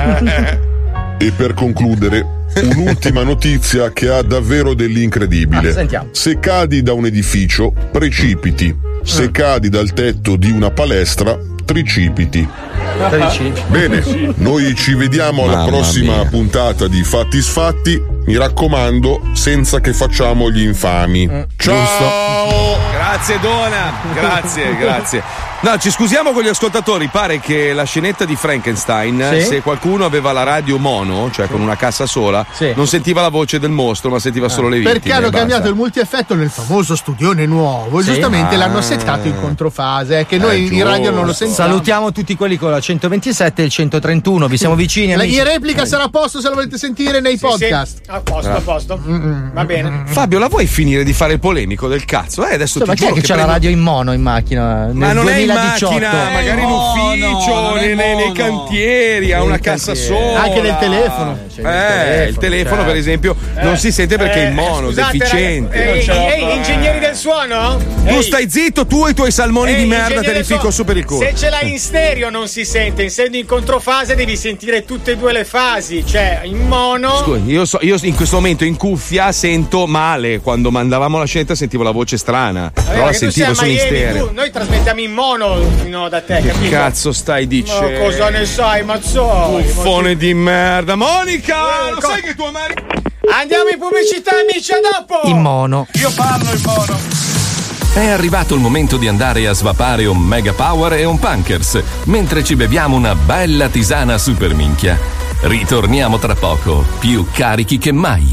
E per concludere, un'ultima notizia che ha davvero dell'incredibile. Ah, sentiamo. Se cadi da un edificio, precipiti. Se cadi dal tetto di una palestra, tricipiti. Bene, noi ci vediamo alla Mamma prossima mia. puntata di Fatti Sfatti. Mi raccomando, senza che facciamo gli infami. Ciao! Grazie Dona, grazie, grazie. No, ci scusiamo con gli ascoltatori, pare che la scenetta di Frankenstein, Sì? se qualcuno aveva la radio mono, cioè con una cassa sola, non sentiva la voce del mostro, ma sentiva solo le vittime. Perché hanno basta. cambiato il multieffetto nel famoso studione nuovo. Sì. Giustamente Ah. l'hanno settato in controfase, eh, che noi Eh, in radio non lo giusto. sentiamo. Salutiamo tutti quelli con la centoventisette e il centotrentuno, vi siamo vicini. La amici. in replica sarà a posto se lo volete sentire nei podcast. A posto, a posto. Va bene. Fabio, la vuoi finire di fare il polemico del cazzo? Eh, adesso Sì, ma ti chi è giuro che c'ha prendo- la radio in mono in macchina? Nel Ma non è in duemiladiciotto. macchina, magari in ufficio, no, non è nei, nei- nei mono. cantieri, ha Nei una cassa cantieri. sola. Anche nel telefono. Eh, C'è il telefono, il telefono, certo. per esempio, non si sente perché è in mono, Scusate, deficiente. ragazzi, ehi, ehi, gli ingegneri del suono? Tu Ehi. stai zitto, tu e i tuoi salmoni Ehi, di merda ingegnere te li del ficco suono. su per il culo. Se ce l'hai in stereo non si sente, essendo in controfase devi sentire tutte e due le fasi, cioè in mono. Scusa, io, so- io in questo momento in cuffia sento male. Quando mandavamo la scenetta sentivo la voce strana. Vabbè, Però la perché tu sei sentivo a solo in Miami, stereo. tu- noi trasmettiamo in mono fino da te, Che capito? cazzo stai Ma dicendo? cosa ne sai, Mazzoli? Buffone di merda. Monica! Eh, Lo co- sai che tua madre. Andiamo in pubblicità, amici, a dopo! In mono. Io parlo in mono. È arrivato il momento di andare a svapare un Mega Power e un Punkers, mentre ci beviamo una bella tisana super minchia. Ritorniamo tra poco, più carichi che mai.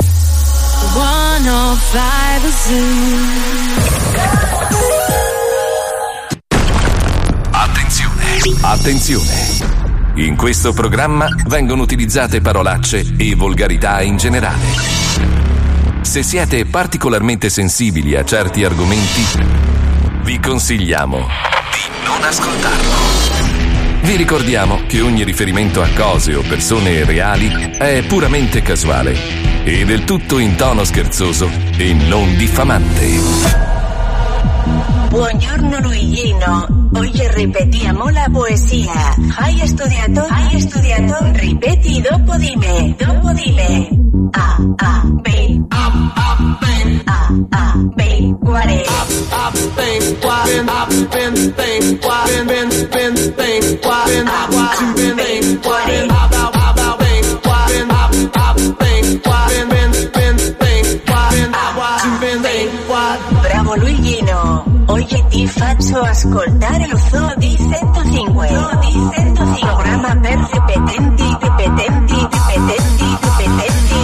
Attenzione, attenzione. In questo programma vengono utilizzate parolacce e volgarità in generale. Se siete particolarmente sensibili a certi argomenti, vi consigliamo di non ascoltarlo. Vi ricordiamo che ogni riferimento a cose o persone reali è puramente casuale e del tutto in tono scherzoso e non diffamante. Buongiorno Luigino, oggi ripetiamo la poesia. Hai studiato? Hai studiato? Ripeti dopo di me, dopo di me. A, A, B, A, A, B, A, A, B, qual è? A, A, B, qual è? A, B, B, qual è? B, B, B, qual è? A, A, B, qual è? A, A, B, qual è? A, A, B, qual è? B, B, B, qual è? A, B, B, qual è? Bravo Luigino. Oggi ti faccio ascoltare lo Zoo di centocinque. Zoo di centocinque. Programma per ripetenti, ripetenti, ripetenti, ripetenti.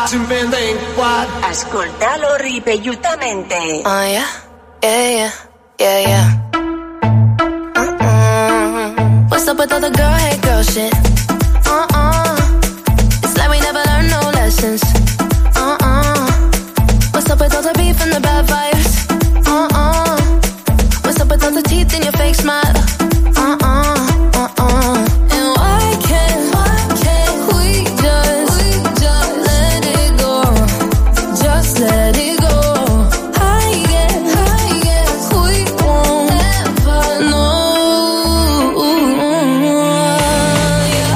Ascoltalo ripetutamente. Oh yeah, yeah, yeah, yeah, yeah. Uh-uh. What's up with all the girl hate girl shit? Uh-uh. It's like we never learned no lessons. Uh-uh. What's up with all the beef and the bad vibes? Uh-uh. What's up with all the teeth in your fake smile? Uh-uh, uh-uh. And why can't, why can't we just, we just let it go? Just let it go. I guess, I guess we won't ever know. Yeah.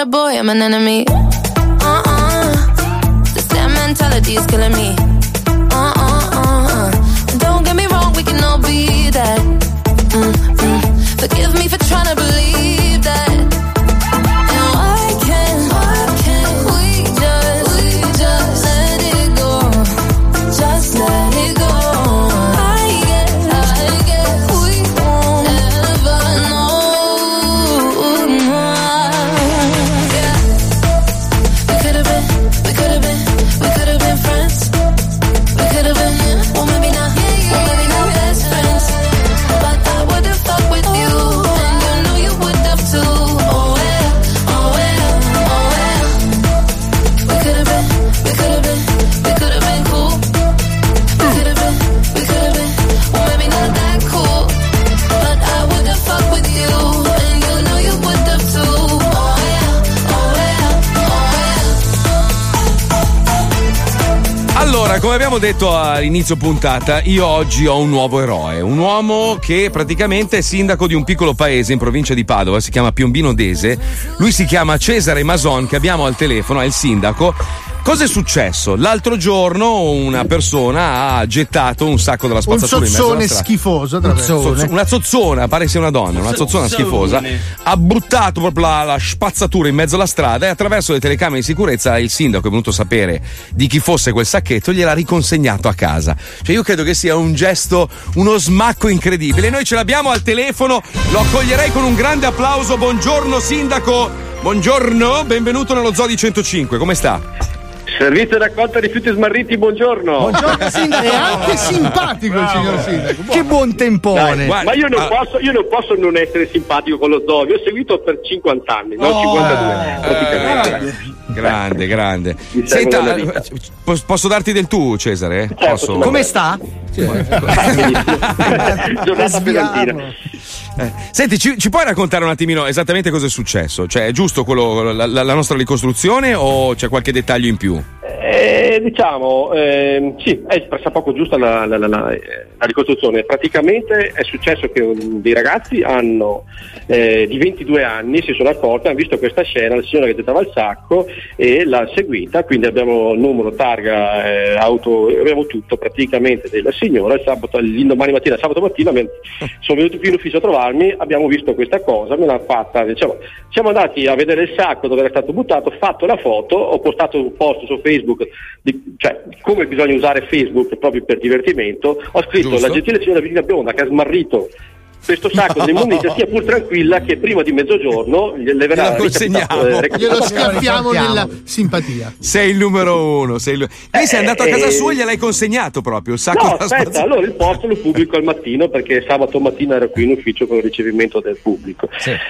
a boy, I'm an enemy. Uh-uh. This damn mentality's killing me. Uh-uh-uh. Don't get me wrong, we can all be that. Mm-hmm. Forgive me for trying to believe that. And why can't, why can't we just, we just let it go? Just let it go. I guess, I guess we won't ever know. Yeah. We could have been, we could have been, we could have been friends. We could have been, yeah. Well, maybe not, well, maybe not best friends. But I would have fucked with you, and you know you would have too. Oh well, oh well, oh well. We could have been, we could have been, we could have been cool. We could have been, we could have been, well maybe not that cool. But I would have fucked with you, and you know you would have too. Oh well, oh well, oh well. Allora, come abbiamo detto all'inizio puntata, io oggi ho un nuovo eroe, un uomo che praticamente è sindaco di un piccolo paese in provincia di Padova, si chiama Piombino Dese. Lui si chiama Cesare Mason, che abbiamo al telefono, è il sindaco. Cosa è successo? L'altro giorno una persona ha gettato un sacco della Un spazzatura in mezzo alla zozzone strada. schifoso. tra l'altro. Zozzo- una zozzona, pare sia una donna, una zozzona schifosa. Ha buttato proprio la, la spazzatura in mezzo alla strada e attraverso le telecamere di sicurezza il sindaco è venuto a sapere di chi fosse quel sacchetto e gliel'ha riconsegnato a casa. Cioè io credo che sia un gesto, uno smacco incredibile. Noi ce l'abbiamo al telefono, lo accoglierei con un grande applauso. Buongiorno sindaco, buongiorno, benvenuto nello Zoo di centocinque, come sta? Servizio raccolta rifiuti smarriti, buongiorno. Buongiorno sindaco. È anche simpatico il signor sindaco. Che buon tempone. Dai, ma io non, posso, io non posso non essere simpatico con lo zoo. Vi ho seguito per cinquanta anni, no? Oh, cinquantadue praticamente. Eh, grande, grande. Mi serve Senta, una vita. pos- posso darti del tu, Cesare? Posso? Come sta? Giornata pesantina. Eh, Senti, ci, ci puoi raccontare un attimino esattamente cosa è successo? Cioè, è giusto quello, la, la- la nostra ricostruzione o c'è qualche dettaglio in più? Eh, diciamo, ehm, sì, è pressa poco giusta la, la- la- la- la ricostruzione. Praticamente è successo che um, dei ragazzi hanno eh, di ventidue anni si sono accorti, hanno visto questa scena, la signora che gettava il sacco e l'ha seguita, quindi abbiamo numero, targa, eh, auto, abbiamo tutto praticamente della signora. Il sabato, l'indomani mattina, sabato mattina, mi- sono venuti qui in ufficio a trovarmi, abbiamo visto questa cosa, me l'ha fatta, diciamo, siamo andati a vedere il sacco dove era stato buttato, ho fatto la foto, ho postato un post su Facebook di, cioè come bisogna usare Facebook proprio per divertimento, ho scritto: Giusto. la gentile signora Virginia Bionda che ha smarrito questo sacco di immondizia sia pur tranquilla che prima di mezzogiorno le verrà Glielo consegniamo. recapitato, eh, Glielo recapitato. scaffiamo nella simpatia. Sei il numero uno. Sei il... Lei sei andato a casa eh, sua e gliel'hai consegnato proprio il sacco No, della aspetta, spazzatura. allora il post lo pubblico al mattino perché sabato mattina ero qui in ufficio con il ricevimento del pubblico.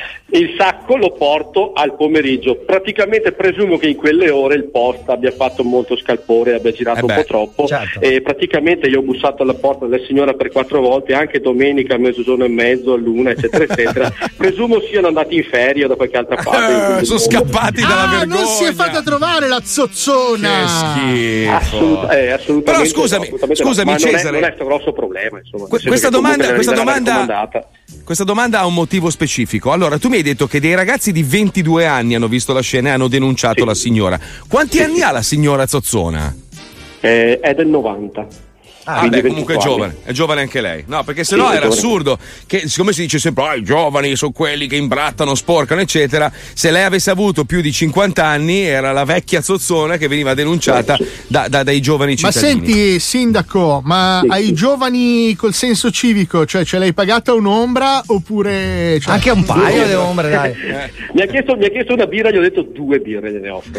Il sacco lo porto al pomeriggio. Praticamente presumo che in quelle ore il post abbia fatto molto scalpore, abbia girato Eh un beh, po' troppo. certo. E praticamente io ho bussato alla porta della signora per quattro volte, anche domenica a mezzogiorno e mezzo, a luna, eccetera, eccetera. Presumo siano andati in ferie o da qualche altra parte. Eh, sono scappati dalla Ah, vergogna. non si è fatta trovare la zozzona. Che schifo. Assolut- eh, assolutamente Però no, scusami, assolutamente scusami no. Ma non è- Cesare. non è questo grosso problema, insomma. Que- Nel senso questa che comunque domanda, nella questa vita era domanda, raccomandata. questa domanda ha un motivo specifico. Allora, tu mi hai detto che dei ragazzi di ventidue anni hanno visto la scena e hanno denunciato Sì. la signora. Quanti Sì, anni sì. ha la signora Zozzona? Eh, è del novanta. Ah, quindi beh, comunque è ventotto giovane, è giovane anche lei. No, perché sennò Sì, è era giovane. assurdo che, siccome si dice sempre, ah, i giovani sono quelli che imbrattano, sporcano, eccetera, se lei avesse avuto più di cinquanta anni era la vecchia zozzona che veniva denunciata da- da- dai giovani Ma cittadini. senti, sindaco, ma Sì, ai sì. giovani col senso civico, cioè ce l'hai pagata un'ombra oppure. Cioè, Anche un paio di ombre, dai. Mi ha, chiesto, mi ha chiesto una birra, gli ho detto due birre gliene offro.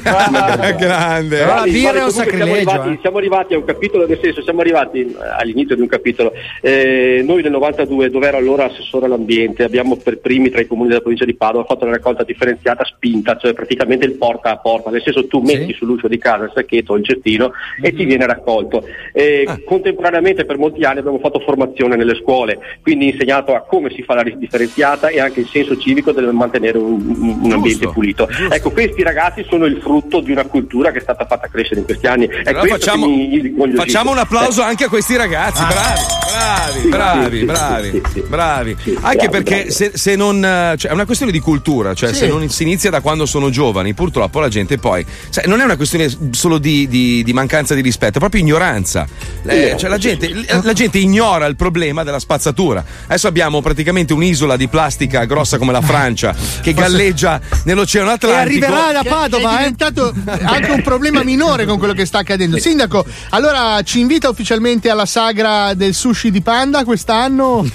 Grande. Però la Guardi, birra è un guardi, comunque sacrilegio. Siamo arrivati, eh. siamo arrivati a un capitolo, nel senso, siamo arrivati eh, all'inizio di un capitolo. Eh, noi nel novantadue, dove ero allora assessore all'ambiente, abbiamo per primi tra i comuni della provincia di Padova fatto una raccolta differenziata spinta, cioè praticamente il porta a porta, nel senso tu metti sull'uscio di casa il sacchetto o il cestino e ti viene raccolto. Eh, Contemporaneamente per molti anni abbiamo fatto formazione nelle scuole, quindi insegnato a come si fa la differenziata e anche il senso civico del mantenere un, un ambiente pulito. Ecco, questi ragazzi sono il frutto di una cultura che è stata fatta crescere in questi anni. È Allora questo facciamo, che mi incuriosisce. facciamo un applauso Eh. anche anche a questi ragazzi, Ah. bravi, bravi, bravi, sì, bravi, sì, sì, bravi. sì, Anche bravo, perché bravo. se, se non, cioè, è una questione di cultura, cioè Sì. se non si inizia da quando sono giovani, purtroppo la gente poi, sai, non è una questione solo di, di- di mancanza di rispetto, è proprio ignoranza. Eh, cioè, la, gente, la gente ignora il problema della spazzatura. Adesso abbiamo praticamente un'isola di plastica grossa come la Francia che galleggia nell'Oceano Atlantico. Che è diventato anche un problema minore con quello che sta accadendo. Sindaco, allora ci invita ufficialmente alla sagra del sushi di Panda quest'anno?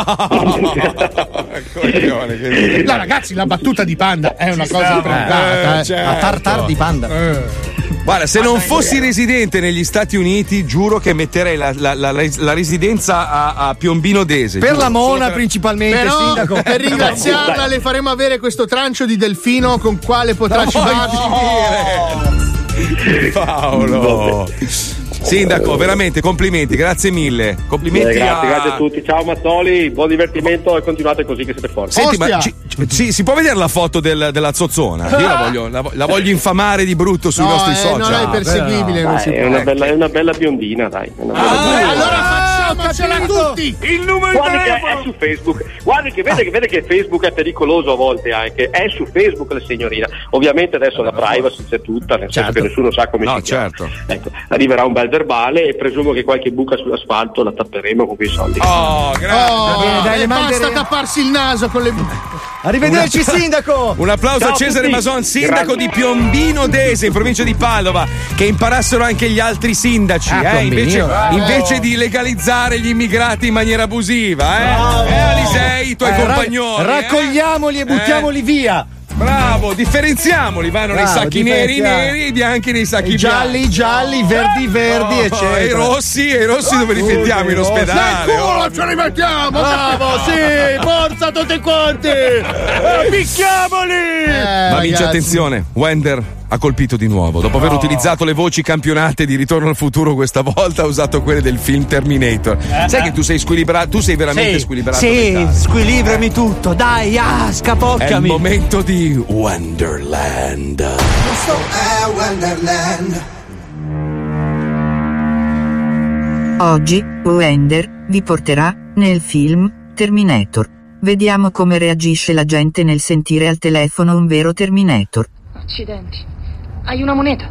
Coglione, che- No, ragazzi, la battuta di Panda è una Ci cosa stava. provocata, Eh, eh. certo. La tartar di Panda. Guarda, se non fossi residente negli Stati Uniti, giuro che metterei la, la- la- la residenza a, a Piombino Dese. Per giuro. la mona Solo per- principalmente, Però sindaco. per ringraziarla le faremo avere questo trancio di delfino con quale potrà No, cibarsi. Paolo. Sindaco, veramente complimenti, grazie mille. Complimenti Eh, grazie, a... grazie a tutti. Ciao Mazzoli, buon divertimento e continuate così che siete forti. Senti, ma ci- ci- si può vedere la foto del- della zozzona? Io la voglio, la, vo- la voglio infamare di brutto sui No, nostri eh, social. non è perseguibile, non Dai, si è, può. una bella, è una bella biondina, dai. È una bella biondina. Allora facciamocela tutti! Il numero Guardi che è su Facebook, guardi che vede, che vede che Facebook è pericoloso a volte anche, è su Facebook la signorina. Ovviamente adesso la privacy c'è tutta, nel senso che nessuno sa come No, si chiama. certo. Ecco, arriverà un bel verbale e presumo che qualche buca sull'asfalto la tapperemo con quei soldi. Oh, grazie. Oh, bene, dai, e le basta manderemo. tapparsi il naso con le. Arrivederci, Un appla- sindaco! Un applauso Ciao a a Cesare tutti. Mason, sindaco Grazie. di Piombino Dese, in provincia di Padova, che imparassero anche gli altri sindaci, Ah, eh, invece, Piombino, bravo. invece di legalizzare gli immigrati in maniera abusiva, eh? Eh, Alisei, i tuoi Eh, ra- compagnoni. eh? raccogliamoli e buttiamoli via! Bravo, differenziamoli, vanno nei Bravo, sacchi neri differenziamo. neri, i bianchi nei sacchi I gialli, bianchi. i gialli, i verdi, i verdi, Oh, eccetera. e i rossi, e i rossi dove li mettiamo in ospedale? Nel culo oh. ce li mettiamo! Bravo, sì, forza tutti quanti! Eh, Picchiamoli! Ma amici, attenzione, Wender ha colpito di nuovo. Dopo aver utilizzato le voci campionate di Ritorno al futuro, questa volta ha usato quelle del film Terminator. Sai che tu sei squilibrato, tu sei veramente squilibrato. Sì, mentale. squilibrami tutto, dai, ah, È il scapoccami! momento di Wonderland. Questo è Wonderland. Oggi, Wender vi porterà nel film Terminator. Vediamo come reagisce la gente nel sentire al telefono un vero Terminator. Accidenti. Hai una moneta?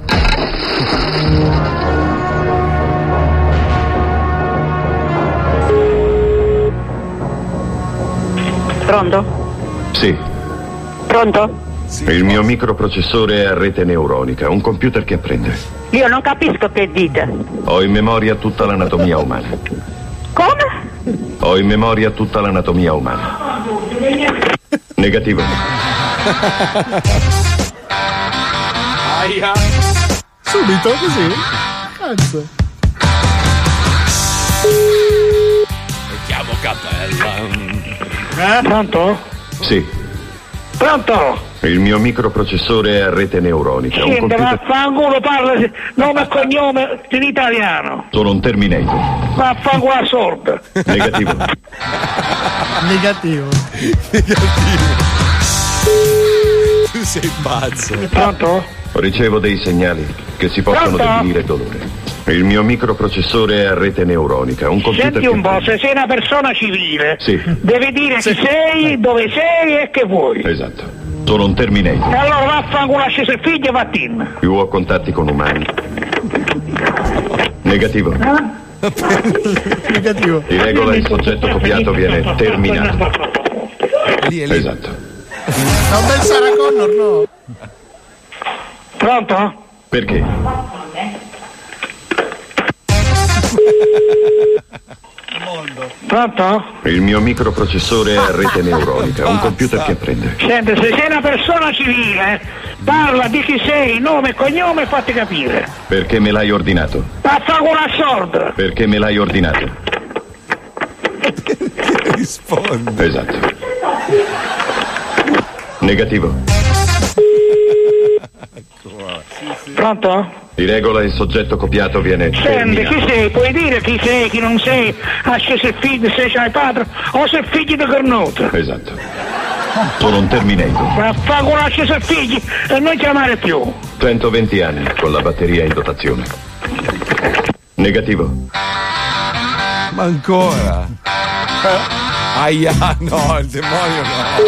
Pronto? Sì, Pronto? il mio microprocessore è a rete neuronica, un computer che apprende. Io non capisco che dite. Ho in memoria tutta l'anatomia umana. Come? Ho in memoria tutta l'anatomia umana. Negativo. Aia. Subito così? Cazzo. Chiamo cappella. Eh, pronto? Sì, Pronto? il mio microprocessore è a rete neuronica, un Senti, computer... vaffanculo, parla nome e cognome in italiano. Sono un Terminator. Vaffanculo a sorda. Negativo. Negativo. Tu sei pazzo. Pronto? Ricevo dei segnali che si possono Pronto? definire dolore. Il mio microprocessore è a rete neuronica, un computer Senti che... un po', se sei una persona civile, Sì, devi dire chi sei, dove sei e che vuoi. esatto. Sono un Terminator. E allora vaffanculo a scese figlio e vattene. Più ho contatti con umani. Negativo. Negativo. Di regola il soggetto copiato viene terminato. Lì è lì. Esatto. Ma un bel Sarah Connor, no? Pronto? Perché? Pronto? Il mio microprocessore è a rete neuronica, un computer che apprende. Senti, se sei una persona civile, parla di chi sei, nome e cognome e fatti capire. Perché me l'hai ordinato? Vaffanculo a sorda. Perché me l'hai ordinato? Rispondi. Esatto. Negativo. Pronto? Di regola il soggetto copiato viene Senti, terminato. chi sei? Puoi dire chi sei, chi non sei? Ah, se sei figlio, se sei padre o se figli di cornuto. Esatto. Sono un Terminator. Vaffanculo a sei figli e non chiamare più. centoventi anni con la batteria in dotazione. Negativo. Ma ancora? Aia, no, il demonio no.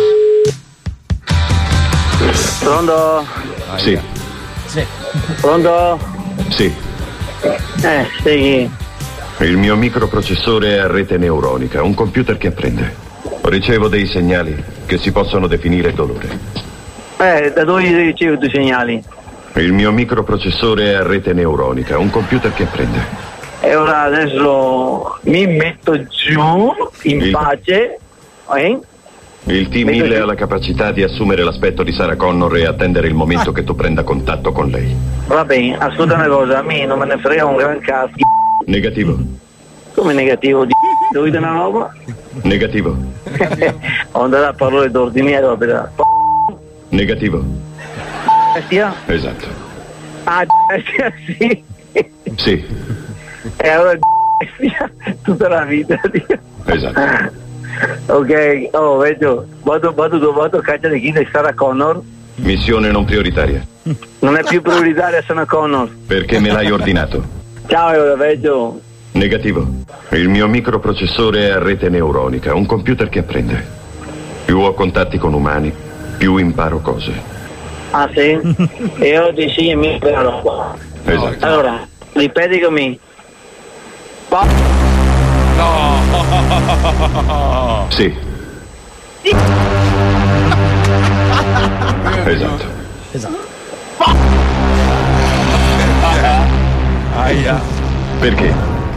Pronto? Sì. Sì. Pronto? Sì. Eh, sì. Il mio microprocessore è a rete neuronica, un computer che apprende. Ricevo dei segnali che si possono definire dolore. Eh, da dove ricevo i segnali? Il mio microprocessore è a rete neuronica, un computer che apprende. E ora adesso mi metto giù in Il- pace. Eh? Il T mille ha la capacità di assumere l'aspetto di Sarah Connor e attendere il momento che tu prenda contatto con lei. Va bene, ascolta una cosa, a me non me ne frega un gran cazzo. Negativo. Come negativo di dovete una roba? Negativo. Ho andato a parlare d'ordine e dopo da Negativo. bestia? Esatto. Ah, bestia, sì. Sì. E allora bestia tutta la vita. Dio. Esatto. Ok, oh, vedo, vado, vado, vado a cacciare chi è Sarah Connor. Missione non prioritaria. Non è più prioritaria Sarah Connor. Perché me l'hai ordinato. Ciao, io la vedo. Negativo. Il mio microprocessore è a rete neuronica, un computer che apprende. Più ho contatti con umani, più imparo cose. Ah, sì? E oggi sì, mi però qua. Esatto. Allora, ripeti con me. No. Sì. Esatto. Esatto. Aia. Perché?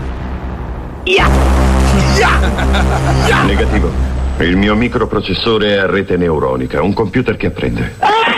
Negativo. Il mio microprocessore è a rete neuronica, un computer che apprende.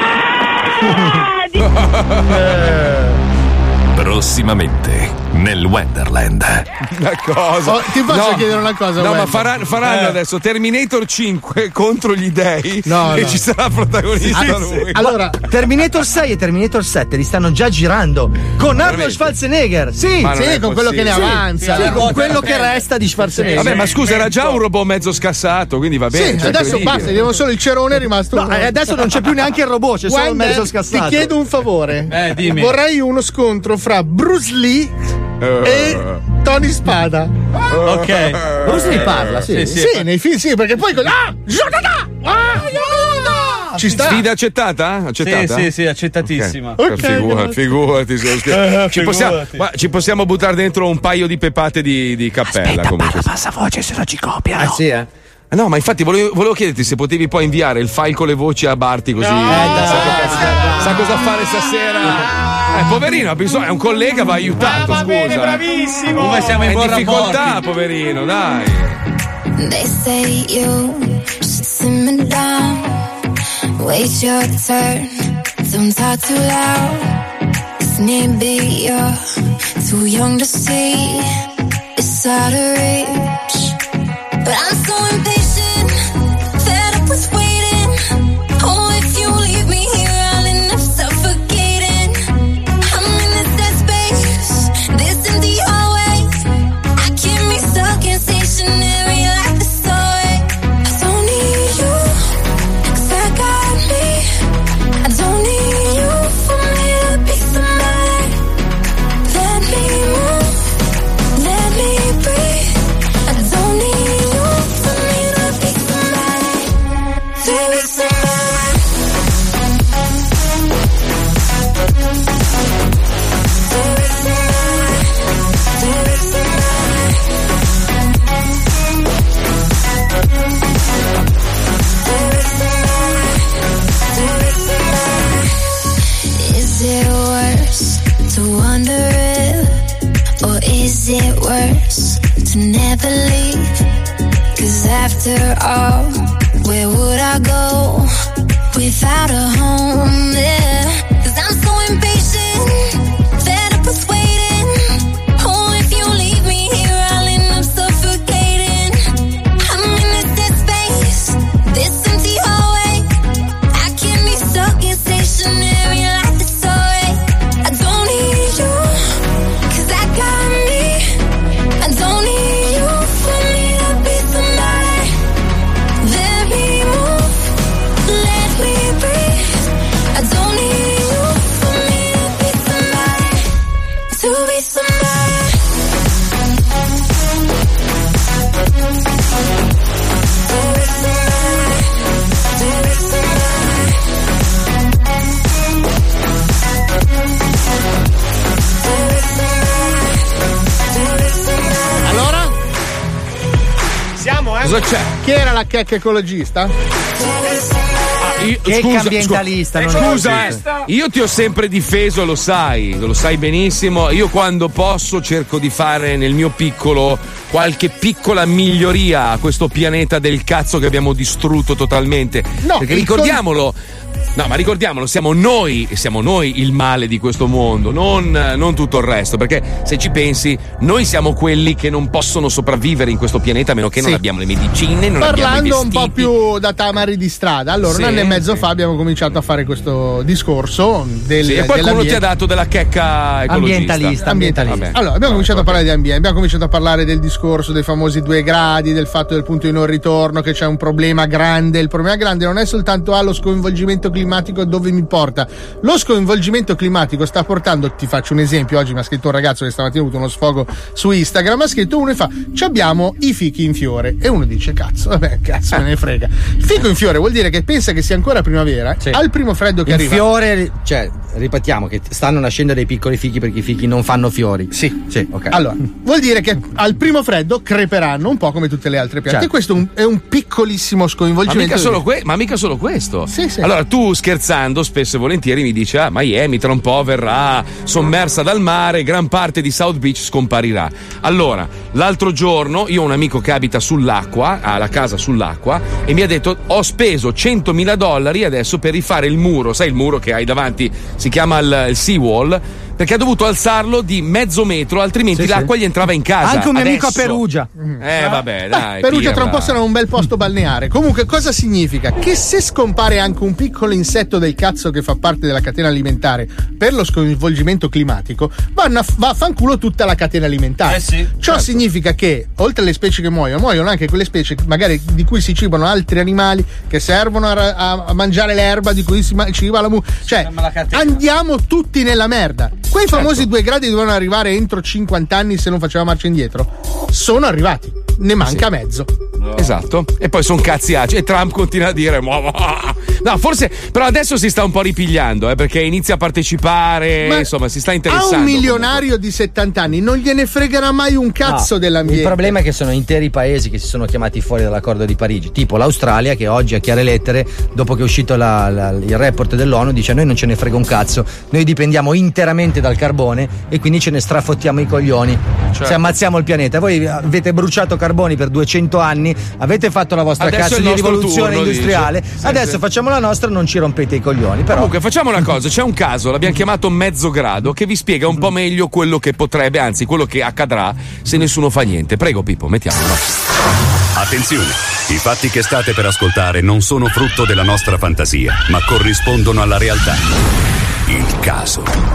Prossimamente nel Wonderland. Una cosa. Oh, ti posso chiedere una cosa, No, Wender? ma faranno, faranno Eh. adesso Terminator cinque contro gli dei No, e no. ci sarà il protagonista Ah, lui. allora, Terminator sei e Terminator sette li stanno già girando con Arnold Schwarzenegger. Sì, Ma non sì, è con quello che ne possibile. avanza. Sì, Sì, sì, con sì. quello che resta di Schwarzenegger. Vabbè, ma scusa, era già un robot mezzo scassato, quindi va bene. Sì, cioè, adesso incredibile. basta, devo solo il cerone è rimasto. No, uno. e adesso non c'è più neanche il robot, c'è solo il Wender, mezzo scassato. Ti chiedo un favore. Eh, dimmi. Vorrei uno scontro fra Bruce Lee e Tony Spada. Ok. Bruce Lee parla, sì. Sì, nei film sì, perché poi con- ah, Jodada! Ah, Jodada! Ci sta. Sfida accettata? Accettata? Sì, sì, sì, accettatissima. Ok, Ok, figurati, grazie. figurati, sono scher- Eh, ci, possiamo, figurati. ma ci possiamo buttare dentro un paio di pepate di, di cappella. Comunque. Bassa voce, se no ci copiano. Ah, sì, eh? No, ma infatti volevo, volevo chiederti se potevi poi inviare il file con le voci a Barti così. sa, cosa, sa cosa fare stasera. Eh, poverino, ha bisogno, è un collega, va aiutato, Ah, va scusa. bene, bravissimo. Come siamo in È in buon difficoltà, rapporti. poverino, dai. They say you should simmer down. Wait your turn. Don't talk too loud. It's maybe you're too young to see. It's out of reach. But I'm so impatient. Fed up with waiting. Oh, if you leave me here, I'll end up suffocating. I'm in this dead space. This empty hallway. I can't be stuck in stationary like the subway. I don't need you, 'cause I got me. I don't need you for me to be somebody. Let me move, let me breathe. I don't need you for me to be somebody. To be somebody. To be somebody. To be somebody. Is it worse to wonder if, or is it worse to never leave? 'Cause after all, where would I go without a home? Yeah. 'Cause I'm so impatient, fed up with waiting. Oh, if you leave me here, I'll end up suffocating. I'm in this dead space, this empty hallway. I can't be stuck in stationary like the subway. I don't need you, 'cause I got me. I don't need you for me to be somebody. Let me move, let me breathe. I don't need Cosa c'è? Chi era la checca ecologista? Io, Che scusa, ambientalista, scusa, non scusa esiste. eh, io ti ho sempre difeso, lo sai, lo sai benissimo. Io quando posso cerco di fare nel mio piccolo qualche piccola miglioria a questo pianeta del cazzo che abbiamo distrutto totalmente. No, perché il ricordiamolo. No, ma ricordiamolo, siamo noi, siamo noi il male di questo mondo, non, non tutto il resto, perché se ci pensi, noi siamo quelli che non possono sopravvivere in questo pianeta a meno che Sì. non abbiamo le medicine, non Parlando abbiamo i un vestiti. po' più da tamari di strada, allora Sì, un anno e mezzo sì. fa abbiamo cominciato a fare questo discorso del, Sì, e qualcuno dell'ambiente. ti ha dato della checca ecologista. Ambientalista, ambientalista. Vabbè. Allora, abbiamo cominciato a parlare di ambiente, abbiamo cominciato a parlare del discorso dei famosi due gradi, del fatto del punto di non ritorno, che c'è un problema grande. Il problema grande non è soltanto ah, lo sconvolgimento climatico dove mi porta. Lo sconvolgimento climatico sta portando, ti faccio un esempio, oggi mi ha scritto un ragazzo che stamattina ha avuto uno sfogo su Instagram, ha scritto uno e fa, ci abbiamo i fichi in fiore. E uno dice, cazzo, vabbè, cazzo me ne frega. Il fico in fiore vuol dire che pensa che sia ancora primavera, Sì. al primo freddo che Il arriva. fiore, cioè, ripetiamo che stanno nascendo dei piccoli fichi perché i fichi non fanno fiori. Sì. Sì, ok. Allora, vuol dire che al primo freddo creperanno un po' come tutte le altre piante. Certo. E questo è un, è un piccolissimo Ma sconvolgimento. mica, solo que- ma mica solo questo. Sì, sì. Allora, tu scherzando, spesso e volentieri mi dici: ah, Miami tra un po' verrà sommersa dal mare, gran parte di South Beach scomparirà. Allora, l'altro giorno io ho un amico che abita sull'acqua, ha la casa sull'acqua, e mi ha detto: ho speso centomila dollari adesso per rifare il muro. Sai, il muro che hai davanti si chiama il, il seawall. Perché ha dovuto alzarlo di mezzo metro, altrimenti Sì, l'acqua sì. gli entrava in casa. Anche un mio amico a Adesso- Perugia. Eh, vabbè, dai. Perugia tra un pirla. po' sarà un bel posto balneare. Comunque, cosa significa? Che se scompare anche un piccolo insetto del cazzo che fa parte della catena alimentare per lo sconvolgimento climatico, vanno a, va a fanculo tutta la catena alimentare. Eh sì, Ciò certo. significa che, oltre alle specie che muoiono, muoiono anche quelle specie magari di cui si cibano altri animali che servono a, a- a mangiare l'erba di cui si ma- ciba la mu. Cioè, andiamo tutti nella merda. Quei Certo. famosi due gradi dovevano arrivare entro cinquanta anni se non faceva marcia indietro. Sono arrivati. Ne manca mezzo. Esatto, e poi sono cazzi acidi. E Trump continua a dire: "Ma va". No, forse, però adesso si sta un po' ripigliando, eh, perché inizia a partecipare, Ma insomma, si sta A interessando. un milionario di settanta anni non gliene fregherà mai un cazzo No, dell'ambiente. Il problema è che sono interi paesi che si sono chiamati fuori dall'accordo di Parigi, tipo l'Australia, che oggi a chiare lettere, dopo che è uscito la- la- il report dell'ONU, dice: noi non ce ne frega un cazzo, noi dipendiamo interamente dal carbone e quindi ce ne strafottiamo i coglioni. Certo. Se ammazziamo il pianeta. Voi avete bruciato carboni per duecento anni, avete fatto la vostra Adesso è cazzo il di nostro rivoluzione turno, industriale, dice. Sì, adesso sì. facciamo la nostra, non ci rompete i coglioni. Però Comunque, facciamo una cosa: c'è un caso, l'abbiamo chiamato mezzo grado, che vi spiega un po' meglio quello che potrebbe, anzi, quello che accadrà se nessuno fa niente. Prego, Pippo, mettiamolo. Attenzione, i fatti che state per ascoltare non sono frutto della nostra fantasia, ma corrispondono alla realtà. Il caso.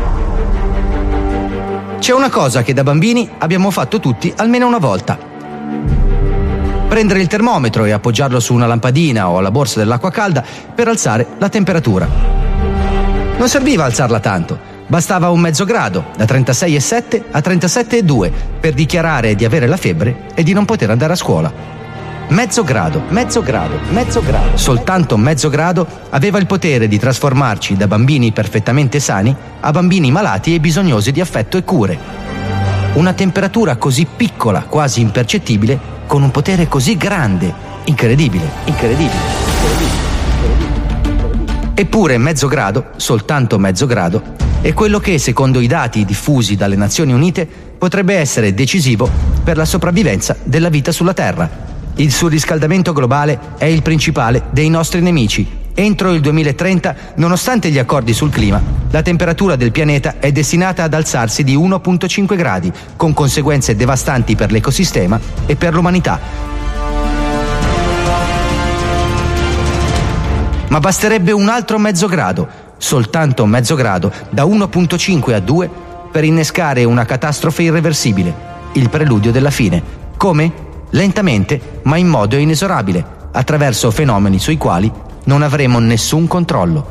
c'è una cosa che da bambini abbiamo fatto tutti almeno una volta. Prendere il termometro e appoggiarlo su una lampadina o alla borsa dell'acqua calda per alzare la temperatura. Non serviva alzarla tanto, bastava un mezzo grado, da trentasei virgola sette a trentasette virgola due, per dichiarare di avere la febbre e di non poter andare a scuola. Mezzo grado, mezzo grado, mezzo grado. Soltanto mezzo grado aveva il potere di trasformarci da bambini perfettamente sani a bambini malati e bisognosi di affetto e cure. Una temperatura così piccola, quasi impercettibile, con un potere così grande. Incredibile, incredibile, incredibile. Eppure mezzo grado, soltanto mezzo grado, è quello che, secondo i dati diffusi dalle Nazioni Unite, potrebbe essere decisivo per la sopravvivenza della vita sulla Terra. Il surriscaldamento globale è il principale dei nostri nemici. Entro il duemilatrenta, nonostante gli accordi sul clima, la temperatura del pianeta è destinata ad alzarsi di uno virgola cinque gradi, con conseguenze devastanti per l'ecosistema e per l'umanità. Ma basterebbe un altro mezzo grado, soltanto mezzo grado, da uno virgola cinque a due, per innescare una catastrofe irreversibile, il preludio della fine. Come? Lentamente, ma in modo inesorabile, attraverso fenomeni sui quali non avremo nessun controllo.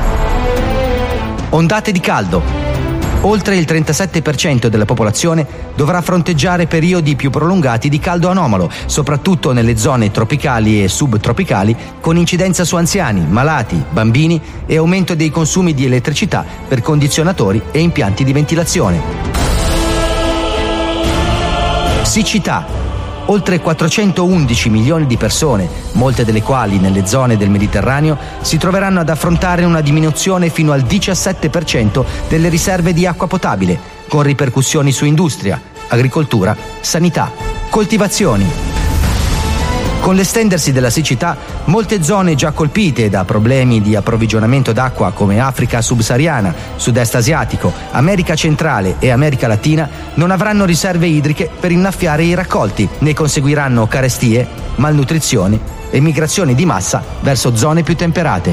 Ondate di caldo. Oltre il trentasette per cento della popolazione dovrà fronteggiare periodi più prolungati di caldo anomalo, soprattutto nelle zone tropicali e subtropicali, con incidenza su anziani, malati, bambini e aumento dei consumi di elettricità per condizionatori e impianti di ventilazione. Siccità. oltre quattrocentoundici milioni di persone, molte delle quali nelle zone del Mediterraneo, si troveranno ad affrontare una diminuzione fino al diciassette per cento delle riserve di acqua potabile, con ripercussioni su industria, agricoltura, sanità, coltivazioni. Con l'estendersi della siccità, molte zone già colpite da problemi di approvvigionamento d'acqua come Africa subsahariana, Sud-Est asiatico, America centrale e America latina non avranno riserve idriche per innaffiare i raccolti, ne conseguiranno carestie, malnutrizione e migrazioni di massa verso zone più temperate.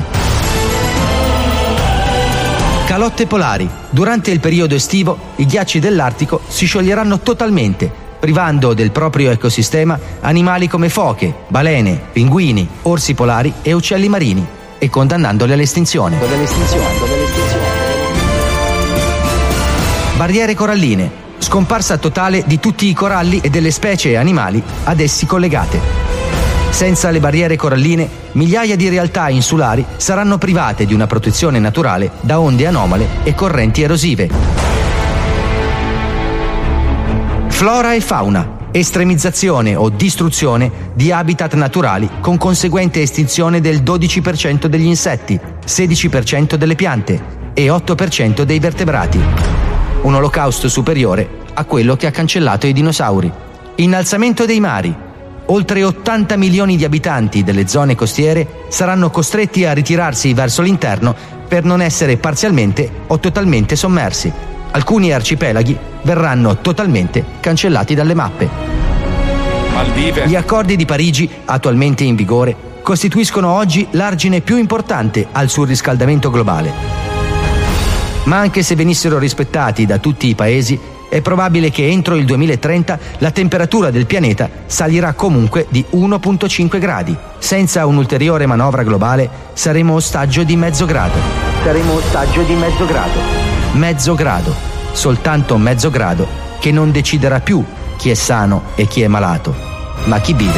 Calotte polari. Durante il periodo estivo, i ghiacci dell'Artico si scioglieranno totalmente, privando del proprio ecosistema animali come foche, balene, pinguini, orsi polari e uccelli marini e condannandoli all'estinzione. Barriere coralline. Scomparsa totale di tutti i coralli e delle specie animali ad essi collegate. Senza le barriere coralline, migliaia di realtà insulari saranno private di una protezione naturale da onde anomale e correnti erosive. Flora e fauna. Estremizzazione o distruzione di habitat naturali con conseguente estinzione del dodici per cento degli insetti, sedici per cento delle piante e otto per cento dei vertebrati. Un olocausto superiore a quello che ha cancellato i dinosauri. Innalzamento dei mari. Oltre ottanta milioni di abitanti delle zone costiere saranno costretti a ritirarsi verso l'interno per non essere parzialmente o totalmente sommersi. Alcuni arcipelaghi verranno totalmente cancellati dalle mappe. Maldive. Gli accordi di Parigi, attualmente in vigore, costituiscono oggi l'argine più importante al surriscaldamento globale. Ma anche se venissero rispettati da tutti i paesi, è probabile che entro il duemilatrenta la temperatura del pianeta salirà comunque di uno virgola cinque gradi. Senza un'ulteriore manovra globale saremo ostaggio di mezzo grado. Saremo ostaggio di mezzo grado. Mezzo grado, soltanto mezzo grado, che non deciderà più chi è sano e chi è malato, ma chi vive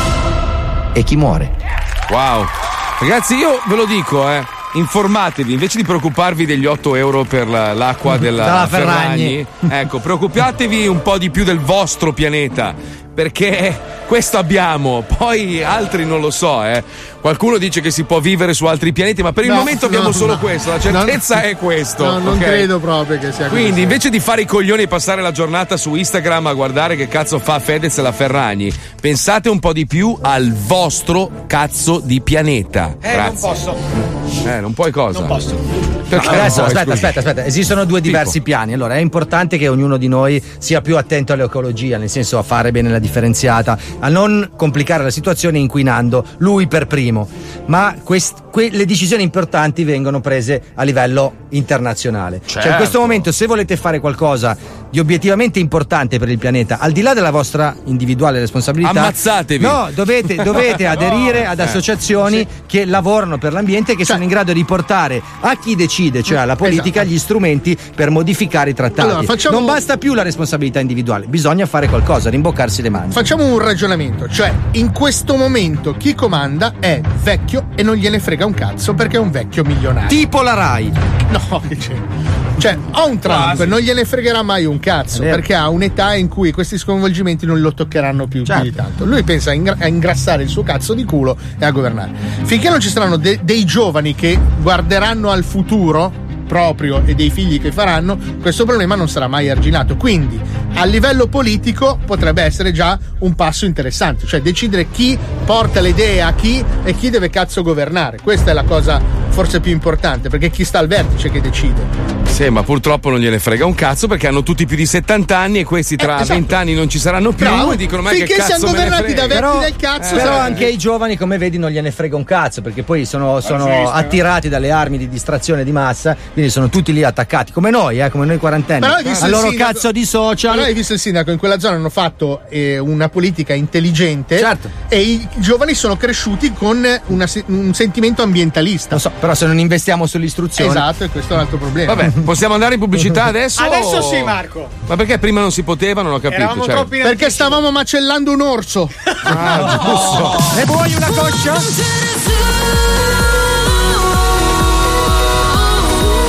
e chi muore. Wow, ragazzi, io ve lo dico, eh. Informatevi, invece di preoccuparvi degli otto euro per la, l'acqua della, della Ferragni, Ferragni, ecco, preoccupatevi un po' di più del vostro pianeta, perché questo abbiamo, poi altri non lo so, eh. Qualcuno dice che si può vivere su altri pianeti, ma per il No, momento abbiamo no, solo no. questo, la certezza No, è questo. No, non ok? credo proprio che sia così. Quindi invece di fare i coglioni e passare la giornata su Instagram a guardare che cazzo fa Fedez e la Ferragni, pensate un po' di più al vostro cazzo di pianeta. Eh, Grazie. non posso. Eh, non puoi cosa? Non posso. Perché No, adesso non puoi, aspetta, scusi? aspetta, aspetta. Esistono due diversi Tipo. piani. Allora, è importante che ognuno di noi sia più attento all'ecologia, nel senso a fare bene la differenziata, a non complicare la situazione inquinando lui per primo. Ma quest, que, le decisioni importanti vengono prese a livello internazionale. Cioè, in questo momento, se volete fare qualcosa di obiettivamente importante per il pianeta, al di là della vostra individuale responsabilità, ammazzatevi. No, dovete, dovete No. aderire ad Eh. associazioni Sì. che lavorano per l'ambiente e che sono in grado di portare a chi decide, cioè alla politica, Esatto. gli strumenti per modificare i trattati. Allora, facciamo- Non basta più la responsabilità individuale, bisogna fare qualcosa, rimboccarsi le mani. Facciamo un ragionamento, cioè in questo momento chi comanda è vecchio e non gliene frega un cazzo perché è un vecchio milionario. Tipo la Rai. No, cioè, cioè o un Trump non gliene fregherà mai un cazzo È vero. perché ha un'età in cui questi sconvolgimenti non lo toccheranno più, Certo. più di tanto. Lui pensa a, ingra- a ingrassare il suo cazzo di culo e a governare. Finché non ci saranno de- dei giovani che guarderanno al futuro proprio e dei figli che faranno, questo problema non sarà mai arginato. Quindi a livello politico potrebbe essere già un passo interessante, cioè decidere chi porta le idee a chi e chi deve cazzo governare. Questa è la cosa forse più importante, perché chi sta al vertice che decide. Sì, ma purtroppo non gliene frega un cazzo perché hanno tutti più di settanta anni e questi tra Eh, esatto. venti anni non ci saranno più Bravo. e dicono ma che Finché cazzo siamo me ne governati frega. da vecchi Però, del cazzo, però sai. anche ai giovani, come vedi, non gliene frega un cazzo, perché poi sono, sono Fascista, attirati dalle armi di distrazione di massa, quindi sono tutti lì attaccati, come noi, eh, come noi quarantenni, Però hai visto al il loro sindaco- cazzo di social. Però hai visto il sindaco, in quella zona hanno fatto eh, una politica intelligente, Certo. e i giovani sono cresciuti con una se- un sentimento ambientalista. Lo so, però se non investiamo sull'istruzione. Esatto, e questo è un altro problema. Vabbè, possiamo andare in pubblicità adesso? Adesso o- sì, Marco. Ma perché prima non si poteva? Non ho capito. Eravamo cioè. troppi in Perché anticipo. stavamo macellando un orso. Ah, giusto. Ne vuoi una coscia? Lo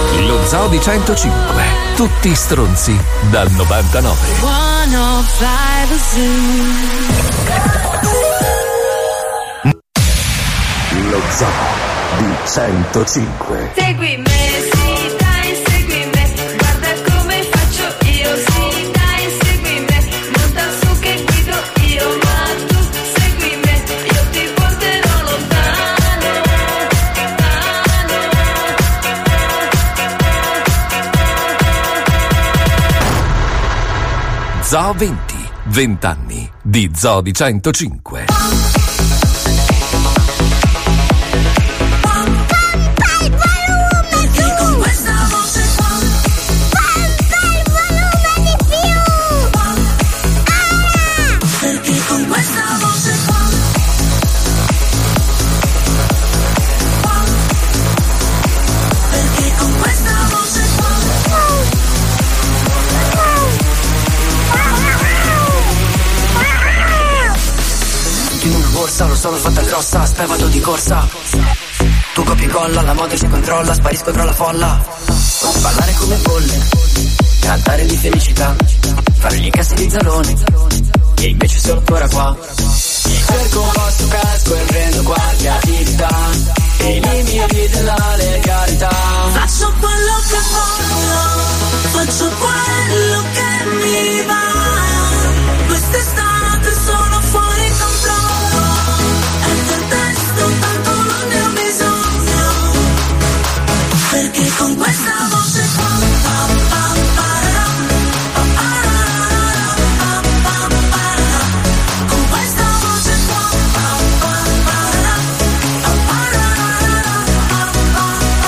Zodi centocinque, tutti stronzi dal novantanove. Lo Zoo di centocinque. Segui me, sì, dai, segui me. Guarda come faccio io, sì, dai, segui me. Monta su che guido io, ma tu segui me. Io ti porterò lontano, Zoo venti, venti anni di Zodi centocinque. Lo sono fatta grossa, aspetta vado di corsa. Tu copi colla, la moda ci controlla, sparisco tra la folla. Ballare come bolle, cantare di felicità, fare gli incassi di Zalone, e invece sono ancora qua. Cerco un po' su casco e prendo qualche attività, e i limiti della legalità. faccio quello che voglio, faccio quello che mi va. Quest'estate sono fuori controllo, è del testo, tanto non ne ho bisogno, perché con questa voce qua pa, pa, pararà, pa, pararà, pa, pa, pararà. Con questa voce qua pa, pa, pararà, pa, pararà, pa, pa,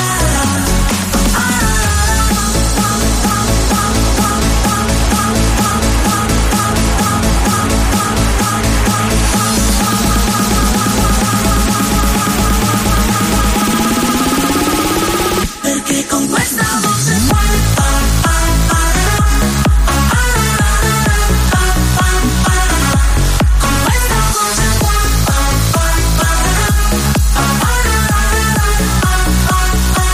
perché con questa voce qua pa, pa, pararà, pa, pararà, pa, pa, pararà. Con questa voce qua pa, pa, pararà, pa, pararà, pa, pa,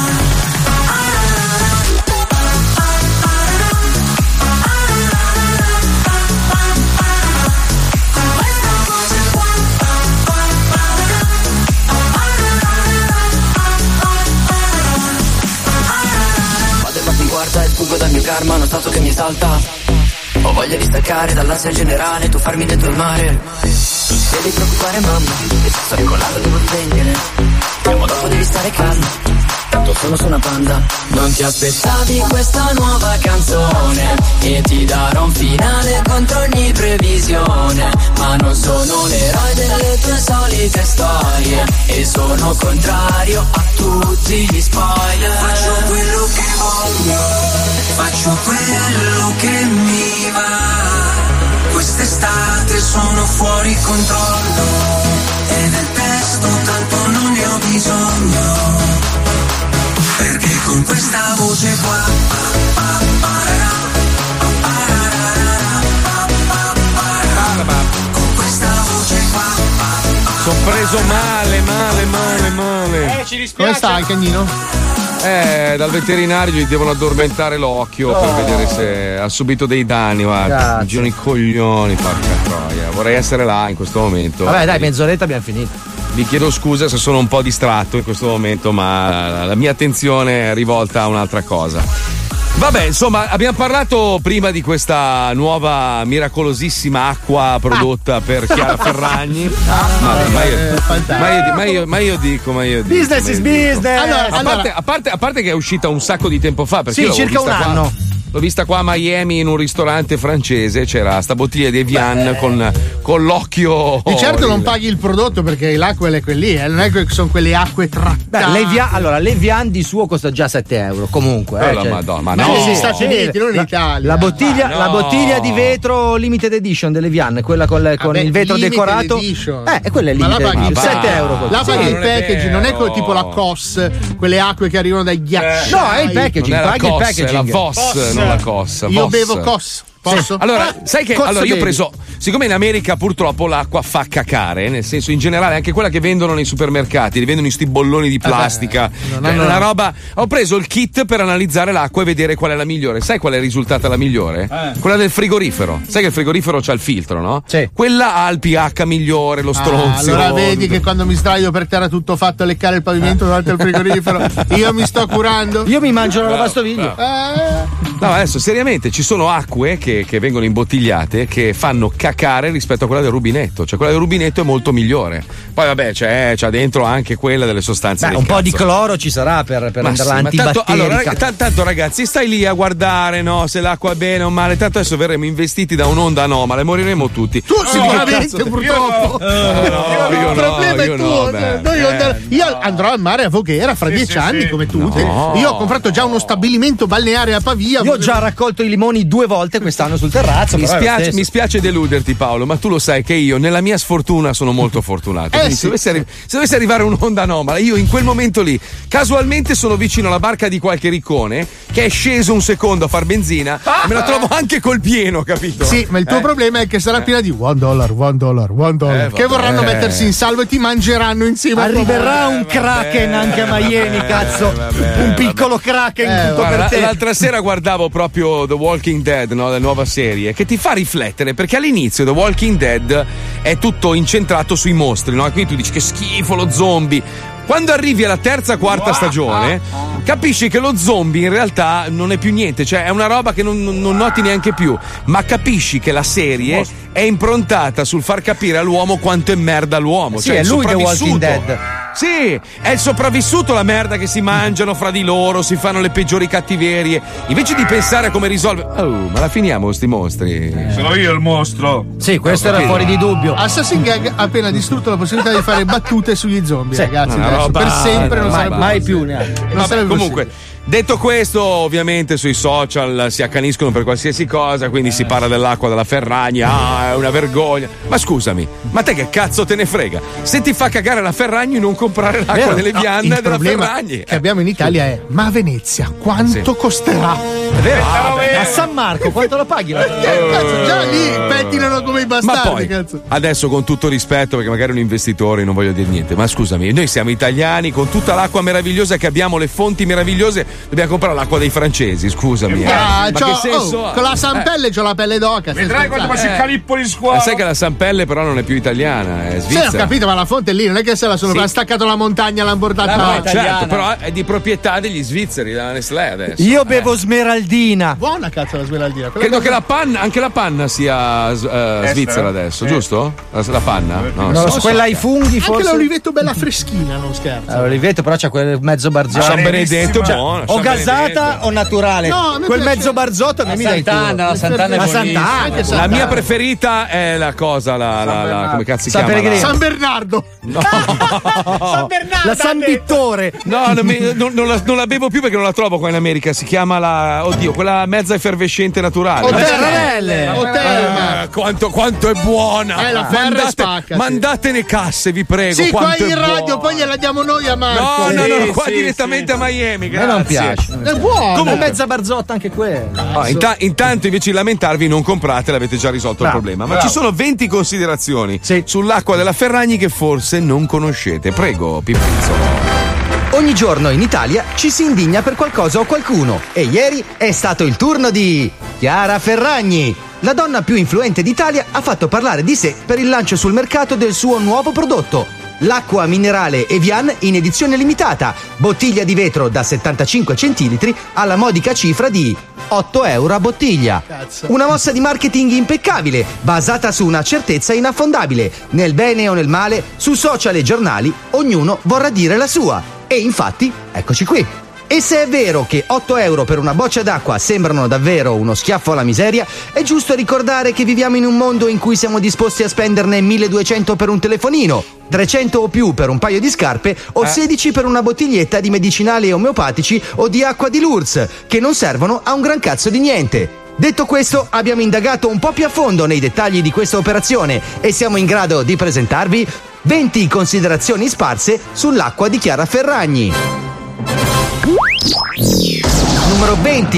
Vado e vado in quarta e sfuggo dal mio karma, non so che mi esalta. Ho voglia di staccare dall'ansia generale, tu farmi dentro il mare. Devi preoccupare mamma, che se sto incollato devo svegliare. Prima o dopo devi stare calmo, tanto sono su una panda. Non ti aspettavi questa nuova canzone, e ti darò un finale contro ogni previsione. Ma non sono l'eroe delle tue solite storie, e sono contrario a tutti gli spoiler. faccio quello che voglio, faccio quello che mi va. Quest'estate sono fuori controllo, e del testo tanto non ne ho bisogno, perché con questa voce qua pa, pa, pararà, pa, pararà, pa, pa, pararà. Con questa voce qua pa, pa, Sono preso male, male, male, male. Eh, ci dispiace. Come sta il cagnino? Eh, dal veterinario gli devono addormentare l'occhio Oh. per vedere se ha subito dei danni. Guarda, Cazzo. mi girano i coglioni, porca troia. Vorrei essere là in questo momento. Vabbè, dai, mezz'oretta abbiamo finito. Vi chiedo scusa se sono un po' distratto in questo momento, ma la mia attenzione è rivolta a un'altra cosa. Vabbè, insomma, abbiamo parlato prima di questa nuova miracolosissima acqua prodotta per Chiara Ferragni. ma, ma io, ma, io, ma, io, ma io dico, ma io dico. Business ma io is dico. business. Allora, A parte, a, parte, a parte che è uscita un sacco di tempo fa, perché Sì, io l'avevo circa un vista qua- anno. L'ho vista qua a Miami in un ristorante francese, c'era sta bottiglia di Evian con, con l'occhio. Di certo non il- paghi il prodotto, perché l'acqua è quella lì, eh. Non è che sono quelle acque trattate. Beh, l'Evian, allora, l'Evian di suo costa già sette euro. Comunque, Oh, eh, la cioè- Madonna, ma Ma no. negli Stati Uniti, non in la, Italia. La bottiglia, Ma no. la bottiglia di vetro limited edition dell'Evian, quella con, le- con Vabbè, il vetro limited decorato. edition. Eh, e quella è Ma la limited paghi il edition. sette euro. La costa. paghi Sì, il non è packaging, non è vero. co- tipo la C O S, quelle acque che arrivano dai ghiacciai. No, è il packaging, Non è la paghi il Cos, è la packaging. V O S, non la Cos. Io V O S. bevo C O S. Posso? Allora, Ah, sai che cosa allora io ho bevi? preso. siccome in America purtroppo l'acqua fa cacare, nel senso in generale anche quella che vendono nei supermercati, li vendono in sti bolloni di plastica, Eh beh, è hanno- una roba. Ho preso il kit per analizzare l'acqua e vedere qual è la migliore. Sai qual è risultata la migliore? Eh. Quella del frigorifero. Sai che il frigorifero c'ha il filtro, no? Sì. Quella ha il pH migliore, lo Ah, stronzio. allora vedi che quando mi sdraio per terra tutto fatto a leccare il pavimento davanti al frigorifero, io mi sto curando. Io mi mangio la Bravo, lavastoviglie. No, adesso seriamente ci sono acque che, che vengono imbottigliate che fanno cacare rispetto a quella del rubinetto. Cioè quella del rubinetto è molto migliore. Poi vabbè, c'è, c'è dentro anche quella delle sostanze. Beh, del un po' di cazzo. cloro ci sarà per, per Ma renderla sì, ma tanto, antibatterica. allora, t- tanto ragazzi, stai lì a guardare, no, se l'acqua è bene o male. Tanto adesso verremo investiti da un'onda anomala e moriremo tutti. Tu sicuramente, purtroppo. io il problema no, è io tuo. no, beh, Noi eh, andrò- io andrò al mare a Voghera fra dieci anni, come tu. No. Io ho comprato già uno stabilimento balneare a Pavia. Io ho già raccolto i limoni due volte quest'anno sul terrazzo. Mi però è lo spiace, stesso. mi spiace deluderti, Paolo, ma tu lo sai che io nella mia sfortuna sono molto fortunato. Eh Quindi sì. se, dovesse arri- se dovesse arrivare un'onda anomala, io in quel momento lì, casualmente sono vicino alla barca di qualche riccone che è sceso un secondo a far benzina e me la trovo anche col pieno, capito? Sì, ma il tuo Eh. problema è che sarà piena di one dollar, one dollar, one dollar. Eh, che vabbè. vorranno mettersi in salvo e ti mangeranno insieme. a tua Arriverà moglie. un kraken anche a Miami, cazzo. vabbè, un piccolo kraken Eh, tutto Guarda, per te. l'altra sera guardavo proprio The Walking Dead, no? La nuova serie, che ti fa riflettere perché all'inizio The Walking Dead è tutto incentrato sui mostri, no? E quindi tu dici che schifo lo zombie. Quando arrivi alla terza, quarta stagione, capisci che lo zombie in realtà non è più niente, cioè è una roba che non, non noti neanche più, ma capisci che la serie è improntata sul far capire all'uomo quanto è merda l'uomo. Sì, cioè è il lui The Walking sopravvissuto. Dead. Sì, è il sopravvissuto la merda che si mangiano fra di loro, si fanno le peggiori cattiverie. Invece di pensare a come risolvere. Oh, ma la finiamo sti mostri. Sono io il mostro. Sì, questo era fuori di dubbio. Assassin's Gag ha appena distrutto la possibilità di fare battute sugli zombie, Sì, ragazzi. una adesso, roba- per sempre non mai, sarebbe mai possibile. più neanche. Non Vabbè, sarebbe comunque, detto questo, ovviamente sui social si accaniscono per qualsiasi cosa, quindi si parla dell'acqua della Ferragni, ah, è una vergogna. Ma scusami, ma te che cazzo te ne frega? Se ti fa cagare la Ferragni, non comprare l'acqua Vero? delle No, vianne il della problema Ferragni. che abbiamo in Italia è: ma a Venezia quanto Sì. costerà? È vero? A San Marco quanto lo paghi? La... Eh, cazzo, già lì pettinano come i Ma bastardi, poi, cazzo. adesso con tutto rispetto, perché magari un investitore non voglio dire niente, ma scusami, noi siamo italiani, con tutta l'acqua meravigliosa che abbiamo, le fonti meravigliose, dobbiamo comprare l'acqua dei francesi, scusami. eh. Ah, Ma c'ho- che senso oh, ha? con la Eh. Sampelle c'ho la pelle d'oca. stai Vedrai quando scherzando? passi il calippo di Ma scuola. sai che la Sampelle però non è più italiana, è Sì, svizzera. ho capito, ma la fonte è lì, non è che se la sono Sì. ha staccato la montagna e l'hanno portata. No, là. certo, però è di proprietà degli svizzeri, della Nestlé adesso. Io bevo smeraldina. Buona cazzo la smeraldina. Quella Credo cosa- che la panna, anche la panna sia eh, svizzera adesso, Sì. giusto? La, la panna? No, Non lo so, quella ai funghi Anche forse. l'oliveto bella freschina, non scherzo. Eh, L'oliveto però c'ha quel mezzo barzotto. San Benedetto è Cioè, buono. o San gasata Benedetto. o naturale? No, a me quel piace- mezzo barzotto a me La mi dai tu. Sant'Anna, la Sant'Anna è La buonissima. Sant'Anna. Anche La Sant'Anna. mia preferita è la cosa, la, la, la- come cazzo si San chiama? Pellegrino. La- San Bernardo. San Bernardo. La San Vittore. No, non, mi- non- non la, non la bevo più perché non la trovo qua in America. Si chiama la. Oddio, quella mezza effervescente naturale. O La- Terrelle. O Terma. Eh, quanto, quanto è buona! Eh, la ferra mandate, spacca, sì. mandatene casse, vi prego. Sì, qua quanto in è radio, buona. poi gliela diamo noi a No, Marco. no, no, Sì, qua sì, direttamente a Miami. A me Grazie. non piace. È buono. Come mezza barzotta anche quella. No, inta- intanto invece di lamentarvi non comprate, l'avete già risolto Bravo, il problema. Ma bravo. ci sono venti considerazioni Sì. sull'acqua della Ferragni che forse non conoscete. Prego, Pippizzo. Ogni giorno in Italia ci si indigna per qualcosa o qualcuno e ieri è stato il turno di Chiara Ferragni. La donna più influente d'Italia ha fatto parlare di sé per il lancio sul mercato del suo nuovo prodotto, l'acqua minerale Evian in edizione limitata, bottiglia di vetro da settantacinque centilitri alla modica cifra di otto euro a bottiglia. Cazzo. Una mossa di marketing impeccabile, basata su una certezza inaffondabile. Nel bene o nel male, su social e giornali, ognuno vorrà dire la sua. E infatti, eccoci qui. E se è vero che otto euro per una boccia d'acqua sembrano davvero uno schiaffo alla miseria, è giusto ricordare che viviamo in un mondo in cui siamo disposti a spenderne milleduecento per un telefonino, trecento o più per un paio di scarpe o Eh. sedici per una bottiglietta di medicinali omeopatici o di acqua di Lourdes, che non servono a un gran cazzo di niente. Detto questo, abbiamo indagato un po' più a fondo nei dettagli di questa operazione e siamo in grado di presentarvi venti considerazioni sparse sull'acqua di Chiara Ferragni. Numero venti.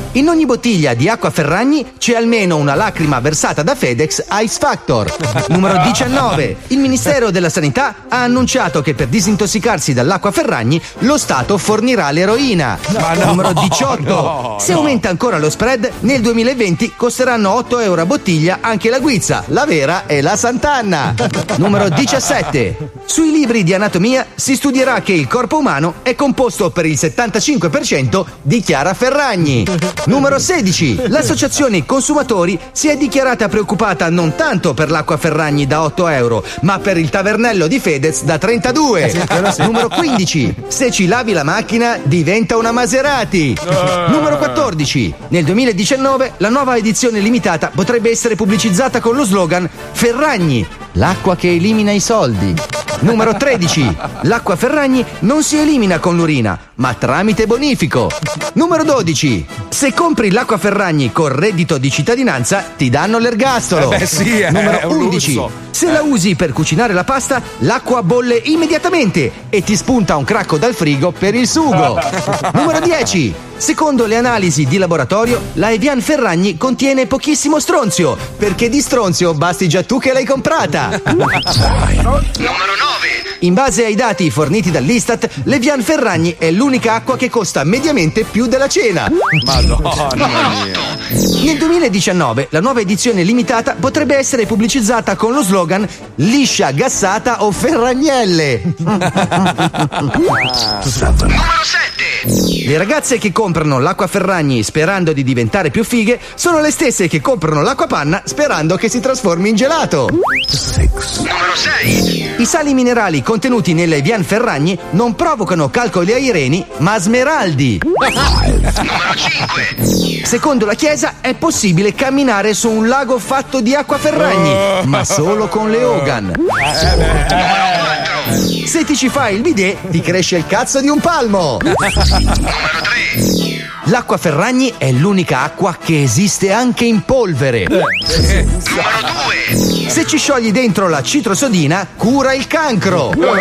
In ogni bottiglia di acqua Ferragni c'è almeno una lacrima versata da FedEx a X Factor. Numero diciannove. Il Ministero della Sanità ha annunciato che per disintossicarsi dall'acqua Ferragni lo Stato fornirà l'eroina. No, Numero diciotto. no, Se no. aumenta ancora lo spread, nel duemilaventi costeranno otto euro a bottiglia anche la guizza, la vera e la Sant'Anna. Numero diciassette. Sui libri di anatomia si studierà che il corpo umano è composto per il settantacinque per cento di Chiara Ferragni. Numero sedici. L'associazione consumatori si è dichiarata preoccupata non tanto per l'acqua Ferragni da otto euro, ma per il tavernello di Fedez da trentadue. Eh sì, quello sì. Numero quindici. Se ci lavi la macchina diventa una Maserati. Numero quattordici. Nel duemiladiciannove la nuova edizione limitata potrebbe essere pubblicizzata con lo slogan Ferragni, l'acqua che elimina i soldi. Numero tredici. L'acqua Ferragni non si elimina con l'urina, ma tramite bonifico. Numero dodici. Se compri l'acqua Ferragni con reddito di cittadinanza, ti danno l'ergastolo. Eh beh, sì, è- Numero è un undici. lusso. Se la usi per cucinare la pasta, l'acqua bolle immediatamente e ti spunta un cracco dal frigo per il sugo. Numero dieci. Secondo le analisi di laboratorio, la Evian Ferragni contiene pochissimo stronzio, perché di stronzio basti già tu che l'hai comprata. Numero nove. In base ai dati forniti dall'Istat, l'Evian Ferragni è l'unica acqua che costa mediamente più della cena. Madonna mia. Nel duemiladiciannove la nuova edizione limitata potrebbe essere pubblicizzata con lo slogan liscia, gassata o ferragnelle. Numero sette. Le ragazze che comprano l'acqua Ferragni sperando di diventare più fighe sono le stesse che comprano l'acqua panna sperando che si trasformi in gelato. Numero sei. I sali minerali contenuti nella Evian Ferragni non provocano calcoli ai reni, ma smeraldi. Numero cinque. Secondo la Chiesa è possibile camminare su un lago fatto di acqua Ferragni, ma solo con le Hogan. Se ti ci fai il bidet, ti cresce il cazzo di un palmo. Numero tre. L'acqua Ferragni è l'unica acqua che esiste anche in polvere. Numero due. Se ci sciogli dentro la citrosodina, cura il cancro. Numero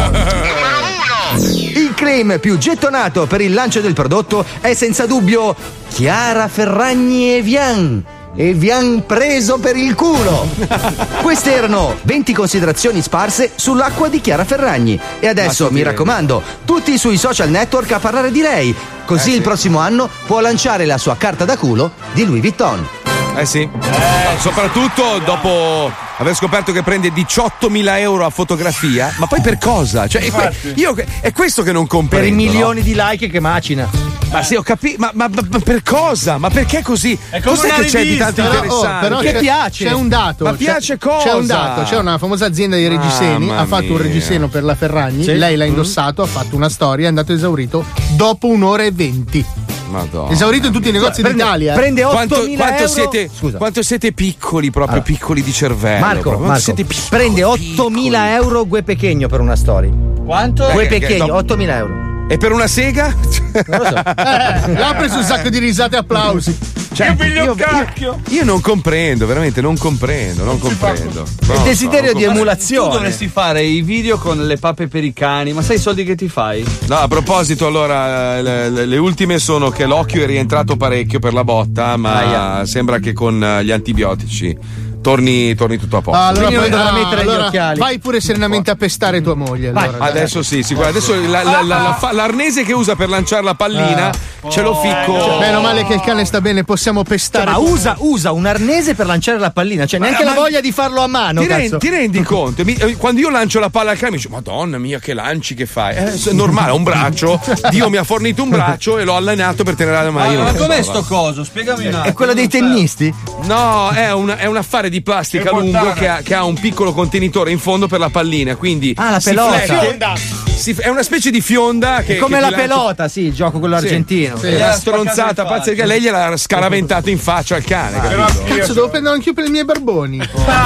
uno. Il claim più gettonato per il lancio del prodotto è senza dubbio Chiara Ferragni Evian. Evian preso per il culo. Queste erano venti considerazioni sparse sull'acqua di Chiara Ferragni. E adesso mi raccomando, tutti sui social network a parlare di lei. Così Eh, il sì. prossimo anno può lanciare la sua carta da culo di Louis Vuitton. Eh sì. Eh, soprattutto dopo aver scoperto che prende diciottomila euro a fotografia. Ma poi per cosa? Cioè, è, que- io, è questo che non comprendo. Per i no? milioni di like che macina. Ma sì, ho capito, ma, ma- ma per cosa? Ma perché così? È come Cos'è una che c'è di rivista, tanto però- oh, interessante? però Che c'è- piace? C'è un dato. Ma c'è- piace cosa? C'è un dato, c'è una famosa azienda di reggiseni, Mamma ha fatto un mia. reggiseno per la Ferragni, Sì. lei l'ha Mm. indossato, ha fatto una storia, è andato esaurito dopo un'ora e venti. Madonna. Esaurito in tutti i negozi Prende- d'Italia. prende Quanto, ottomila quanto euro. siete, Scusa. quanto siete piccoli, proprio Allora. piccoli di cervello. Marco, proprio. Quanto Marco siete piccoli, prende ottomila euro Gue Pechegno per una story. Quanto? Gue Eh, che- Pechegno, che- ottomila euro. E per una sega? Non lo so. Eh, l'ha preso un sacco di risate e applausi. Cioè, Io piglio io, un cacchio. io non comprendo, veramente non comprendo, non comprendo. Non Il lo desiderio so, di non Tu emulazione. dovresti fare i video con le pappe per i cani, ma sai i soldi che ti fai? No, a proposito, allora, le, le- le ultime sono che l'occhio è rientrato parecchio per la botta, ma sembra che con eh, gli antibiotici torni, torni tutto a posto. Ah, allora, Quindi non poi- dovrà ah, mettere gli allora occhiali. vai pure serenamente a pestare tua moglie. Vai. Allora, Adesso sì, sicuro. Adesso la- la- la- la fa- l'arnese che usa per lanciare la pallina ce lo ficco. Cioè, meno male che il cane sta bene, possiamo pestare. Ma tua- usa, usa un arnese per lanciare la pallina, cioè neanche ma- la voglia di farlo a mano. Ti, Cazzo. rendi, ti rendi conto? Mi- eh, quando io lancio la palla al cane mi dice Madonna mia che lanci che fai? Eh, è normale, ho un braccio. Dio mi ha fornito un braccio e l'ho allenato per tenere la mano. Ma, ma com'è sto coso? Spiegami un attimo. È quello dei tennisti? No, è un, è un affare di plastica lungo che ha, che ha un piccolo contenitore in fondo per la pallina. Quindi Ah, la si pelota. flette- si- è una specie di fionda che. È come che la ti lancia- pelota, sì, il gioco quello Sì. argentino. Sì, una stronzata pazzesca. Lei gliel'ha scaraventato in faccia al cane. capito? Cazzo, devo prendere anch'io per i miei barboni.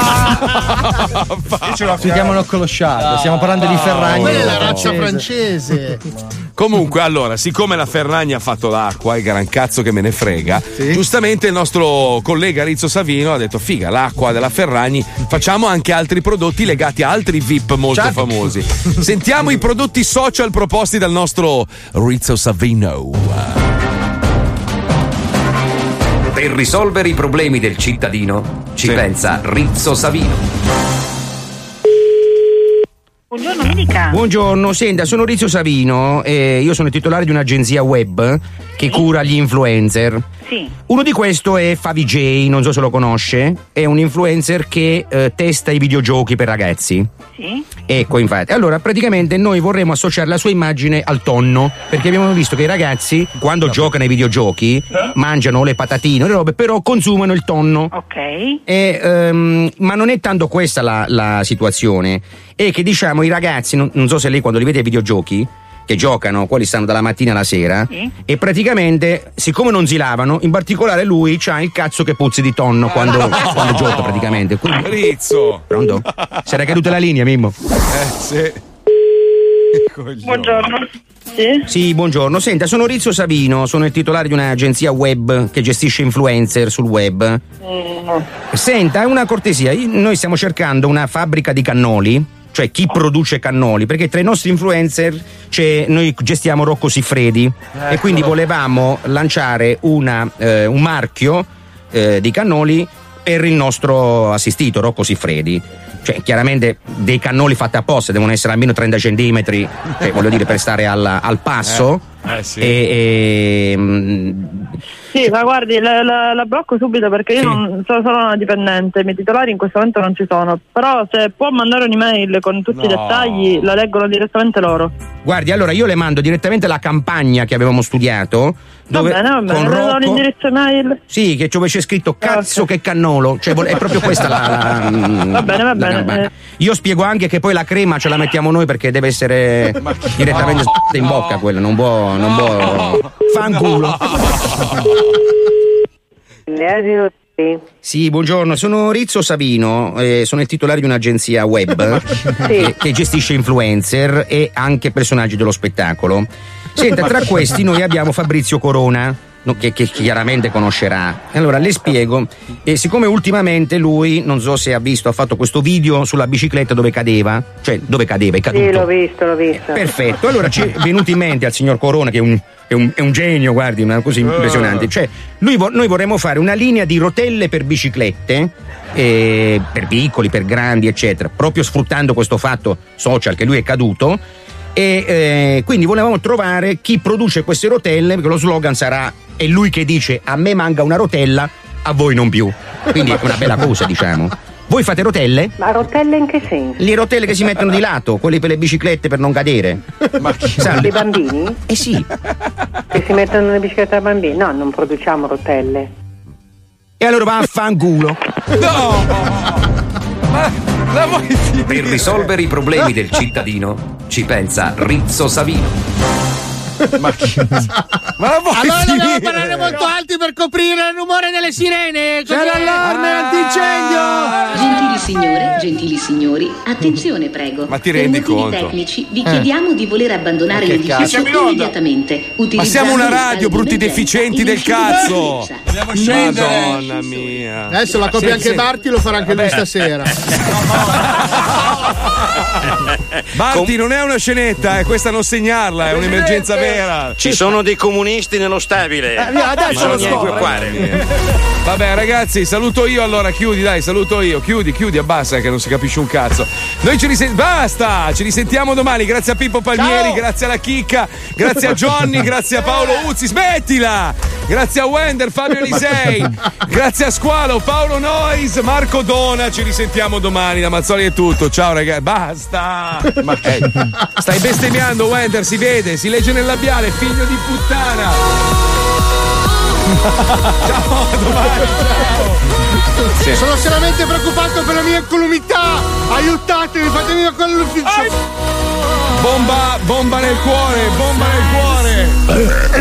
Si chiamano Clochard, stiamo parlando di Ferragni. Quella è la francese. razza francese. Comunque, allora, siccome la Ferragni ha fatto l'acqua, il gran cazzo che me ne frega, giustamente il nostro collega Rizzo Savino ha detto: figa, l'acqua della Ferragni, facciamo anche altri prodotti legati a altri V I P molto Certo. famosi. Sentiamo i prodotti social proposti dal nostro Rizzo Savino. Per risolvere i problemi del cittadino ci Sì. pensa Rizzo Savino. Buongiorno, mi dica. Buongiorno, senta, sono Rizzo Savino e io sono il titolare di un'agenzia web che cura gli influencer. Sì. Uno di questo è Favij, non so se lo conosce, è un influencer che eh, testa i videogiochi per ragazzi. Sì. Ecco, infatti. Allora, praticamente noi vorremmo associare la sua immagine al tonno, perché abbiamo visto che i ragazzi, quando giocano ai videogiochi, mangiano le patatine, le robe, però consumano il tonno. Ok. E, ehm, ma non è tanto questa la, la situazione, è che diciamo i ragazzi, non, non so se lei quando li vede ai videogiochi, che giocano, quelli stanno dalla mattina alla sera, Sì. e praticamente, siccome non si lavano, in particolare lui c'ha il cazzo che puzzi di tonno quando, no. quando gioca praticamente. Quindi... Rizzo. Pronto? Si era caduta la linea, Mimmo. Eh, sì. Buongiorno. Sì. Sì, buongiorno. Senta, sono Rizzo Savino, sono il titolare di un'agenzia web che gestisce influencer sul web. Mm. Senta, una cortesia, io- noi stiamo cercando una fabbrica di cannoli, cioè chi produce cannoli, perché tra i nostri influencer c'è, noi gestiamo Rocco Siffredi e quindi volevamo lanciare una, eh, un marchio eh, di cannoli per il nostro assistito Rocco Siffredi. Cioè, chiaramente dei cannoli fatti apposta, devono essere almeno trenta centimetri, cioè, voglio dire, per stare al, al passo. Eh, eh, sì. E, e, mm, Sì, ma guardi, la, la, la blocco subito perché io Sì. non sono solo una dipendente, i miei titolari in questo momento non ci sono. Però se può mandare un'email con tutti i No. dettagli, la leggono direttamente loro. guardi, allora io le mando direttamente la campagna che avevamo studiato. Dove, va bene, va bene, con le do Rocco, l'indirizzo email. sì, che dove c'è scritto cazzo che cannolo, cioè vol- è proprio questa la, la, Va bene, va la bene. campagna. Io spiego anche che poi la crema ce la mettiamo noi perché deve essere direttamente s***ta in bocca quella, non può, non può. Fanculo. Sì, buongiorno, sono Rizzo Savino, eh, sono il titolare di un'agenzia web che, che gestisce influencer e anche personaggi dello spettacolo. Senta, tra questi noi abbiamo Fabrizio Corona, no, che, che chiaramente conoscerà. Allora, le spiego, e siccome ultimamente lui, non so se ha visto, ha fatto questo video sulla bicicletta dove cadeva, cioè dove cadeva, è caduto. Sì, l'ho visto, l'ho visto. Perfetto, allora ci è venuto in mente al signor Corona, che è un, è un, è un genio, guardi, una cosa impressionante. Cioè, lui vo- noi vorremmo fare una linea di rotelle per biciclette, eh, per piccoli, per grandi, eccetera, proprio sfruttando questo fatto social che lui è caduto. E eh, quindi volevamo trovare chi produce queste rotelle, perché lo slogan sarà: è lui che dice a me manca una rotella, a voi non più. Quindi è una bella cosa, diciamo. Voi fate rotelle? Ma rotelle in che senso? Le rotelle che si mettono di lato, quelle per le biciclette per non cadere. Ma Salve. dei bambini? Eh sì. Che si mettono nelle biciclette da bambini? No, non produciamo rotelle. E allora va a fanculo. La vuoi dire? Per risolvere i problemi del cittadino ci pensa Rizzo Savino. Ma chi... Ma la vuoi Allora dobbiamo finire? parlare molto alti per coprire il rumore delle sirene. C'è l'allarme antincendio. Gentili signore, gentili signori, attenzione prego. Ma ti per rendi motivi conto? tecnici vi Eh. chiediamo di voler abbandonare Ma che l'edificio cazzo? Siamo in onda. immediatamente. Ma siamo una utilizzando le radio, scale brutti di deficienti emergenza del in uscita di cazzo. emergenza. Dobbiamo scendere. Madonna mia. Adesso la copia Sì, anche sì. Barti, lo farà anche lui Vabbè. stasera. Barti, non è una scenetta, eh, questa non segnarla, è un'emergenza vera. Ci sono dei comunisti nello stabile. Eh, via, adesso ma lo non scopro. equivocare. Vabbè ragazzi, saluto io allora, chiudi dai, saluto io, chiudi, chiudi, abbassa che non si capisce un cazzo. Noi ci risentiamo, basta, ci risentiamo domani, grazie a Pippo Palmieri, Ciao. grazie alla Chicca, grazie a Johnny, grazie a Paolo Uzzi, smettila! Grazie a Wender, Fabio Elisei, grazie a Squalo, Paolo Nois, Marco Dona, ci risentiamo domani, da Mazzoli è tutto, ciao ragazzi, basta! Ma, eh, stai bestemmiando Wender, si vede, si legge nel labiale, figlio di puttana! Ciao, a domani, ciao! Sì. Sono seriamente preoccupato per la mia incolumità. Aiutatemi, fatemi con l'ufficio. Bomba, bomba nel cuore, bomba nel cuore!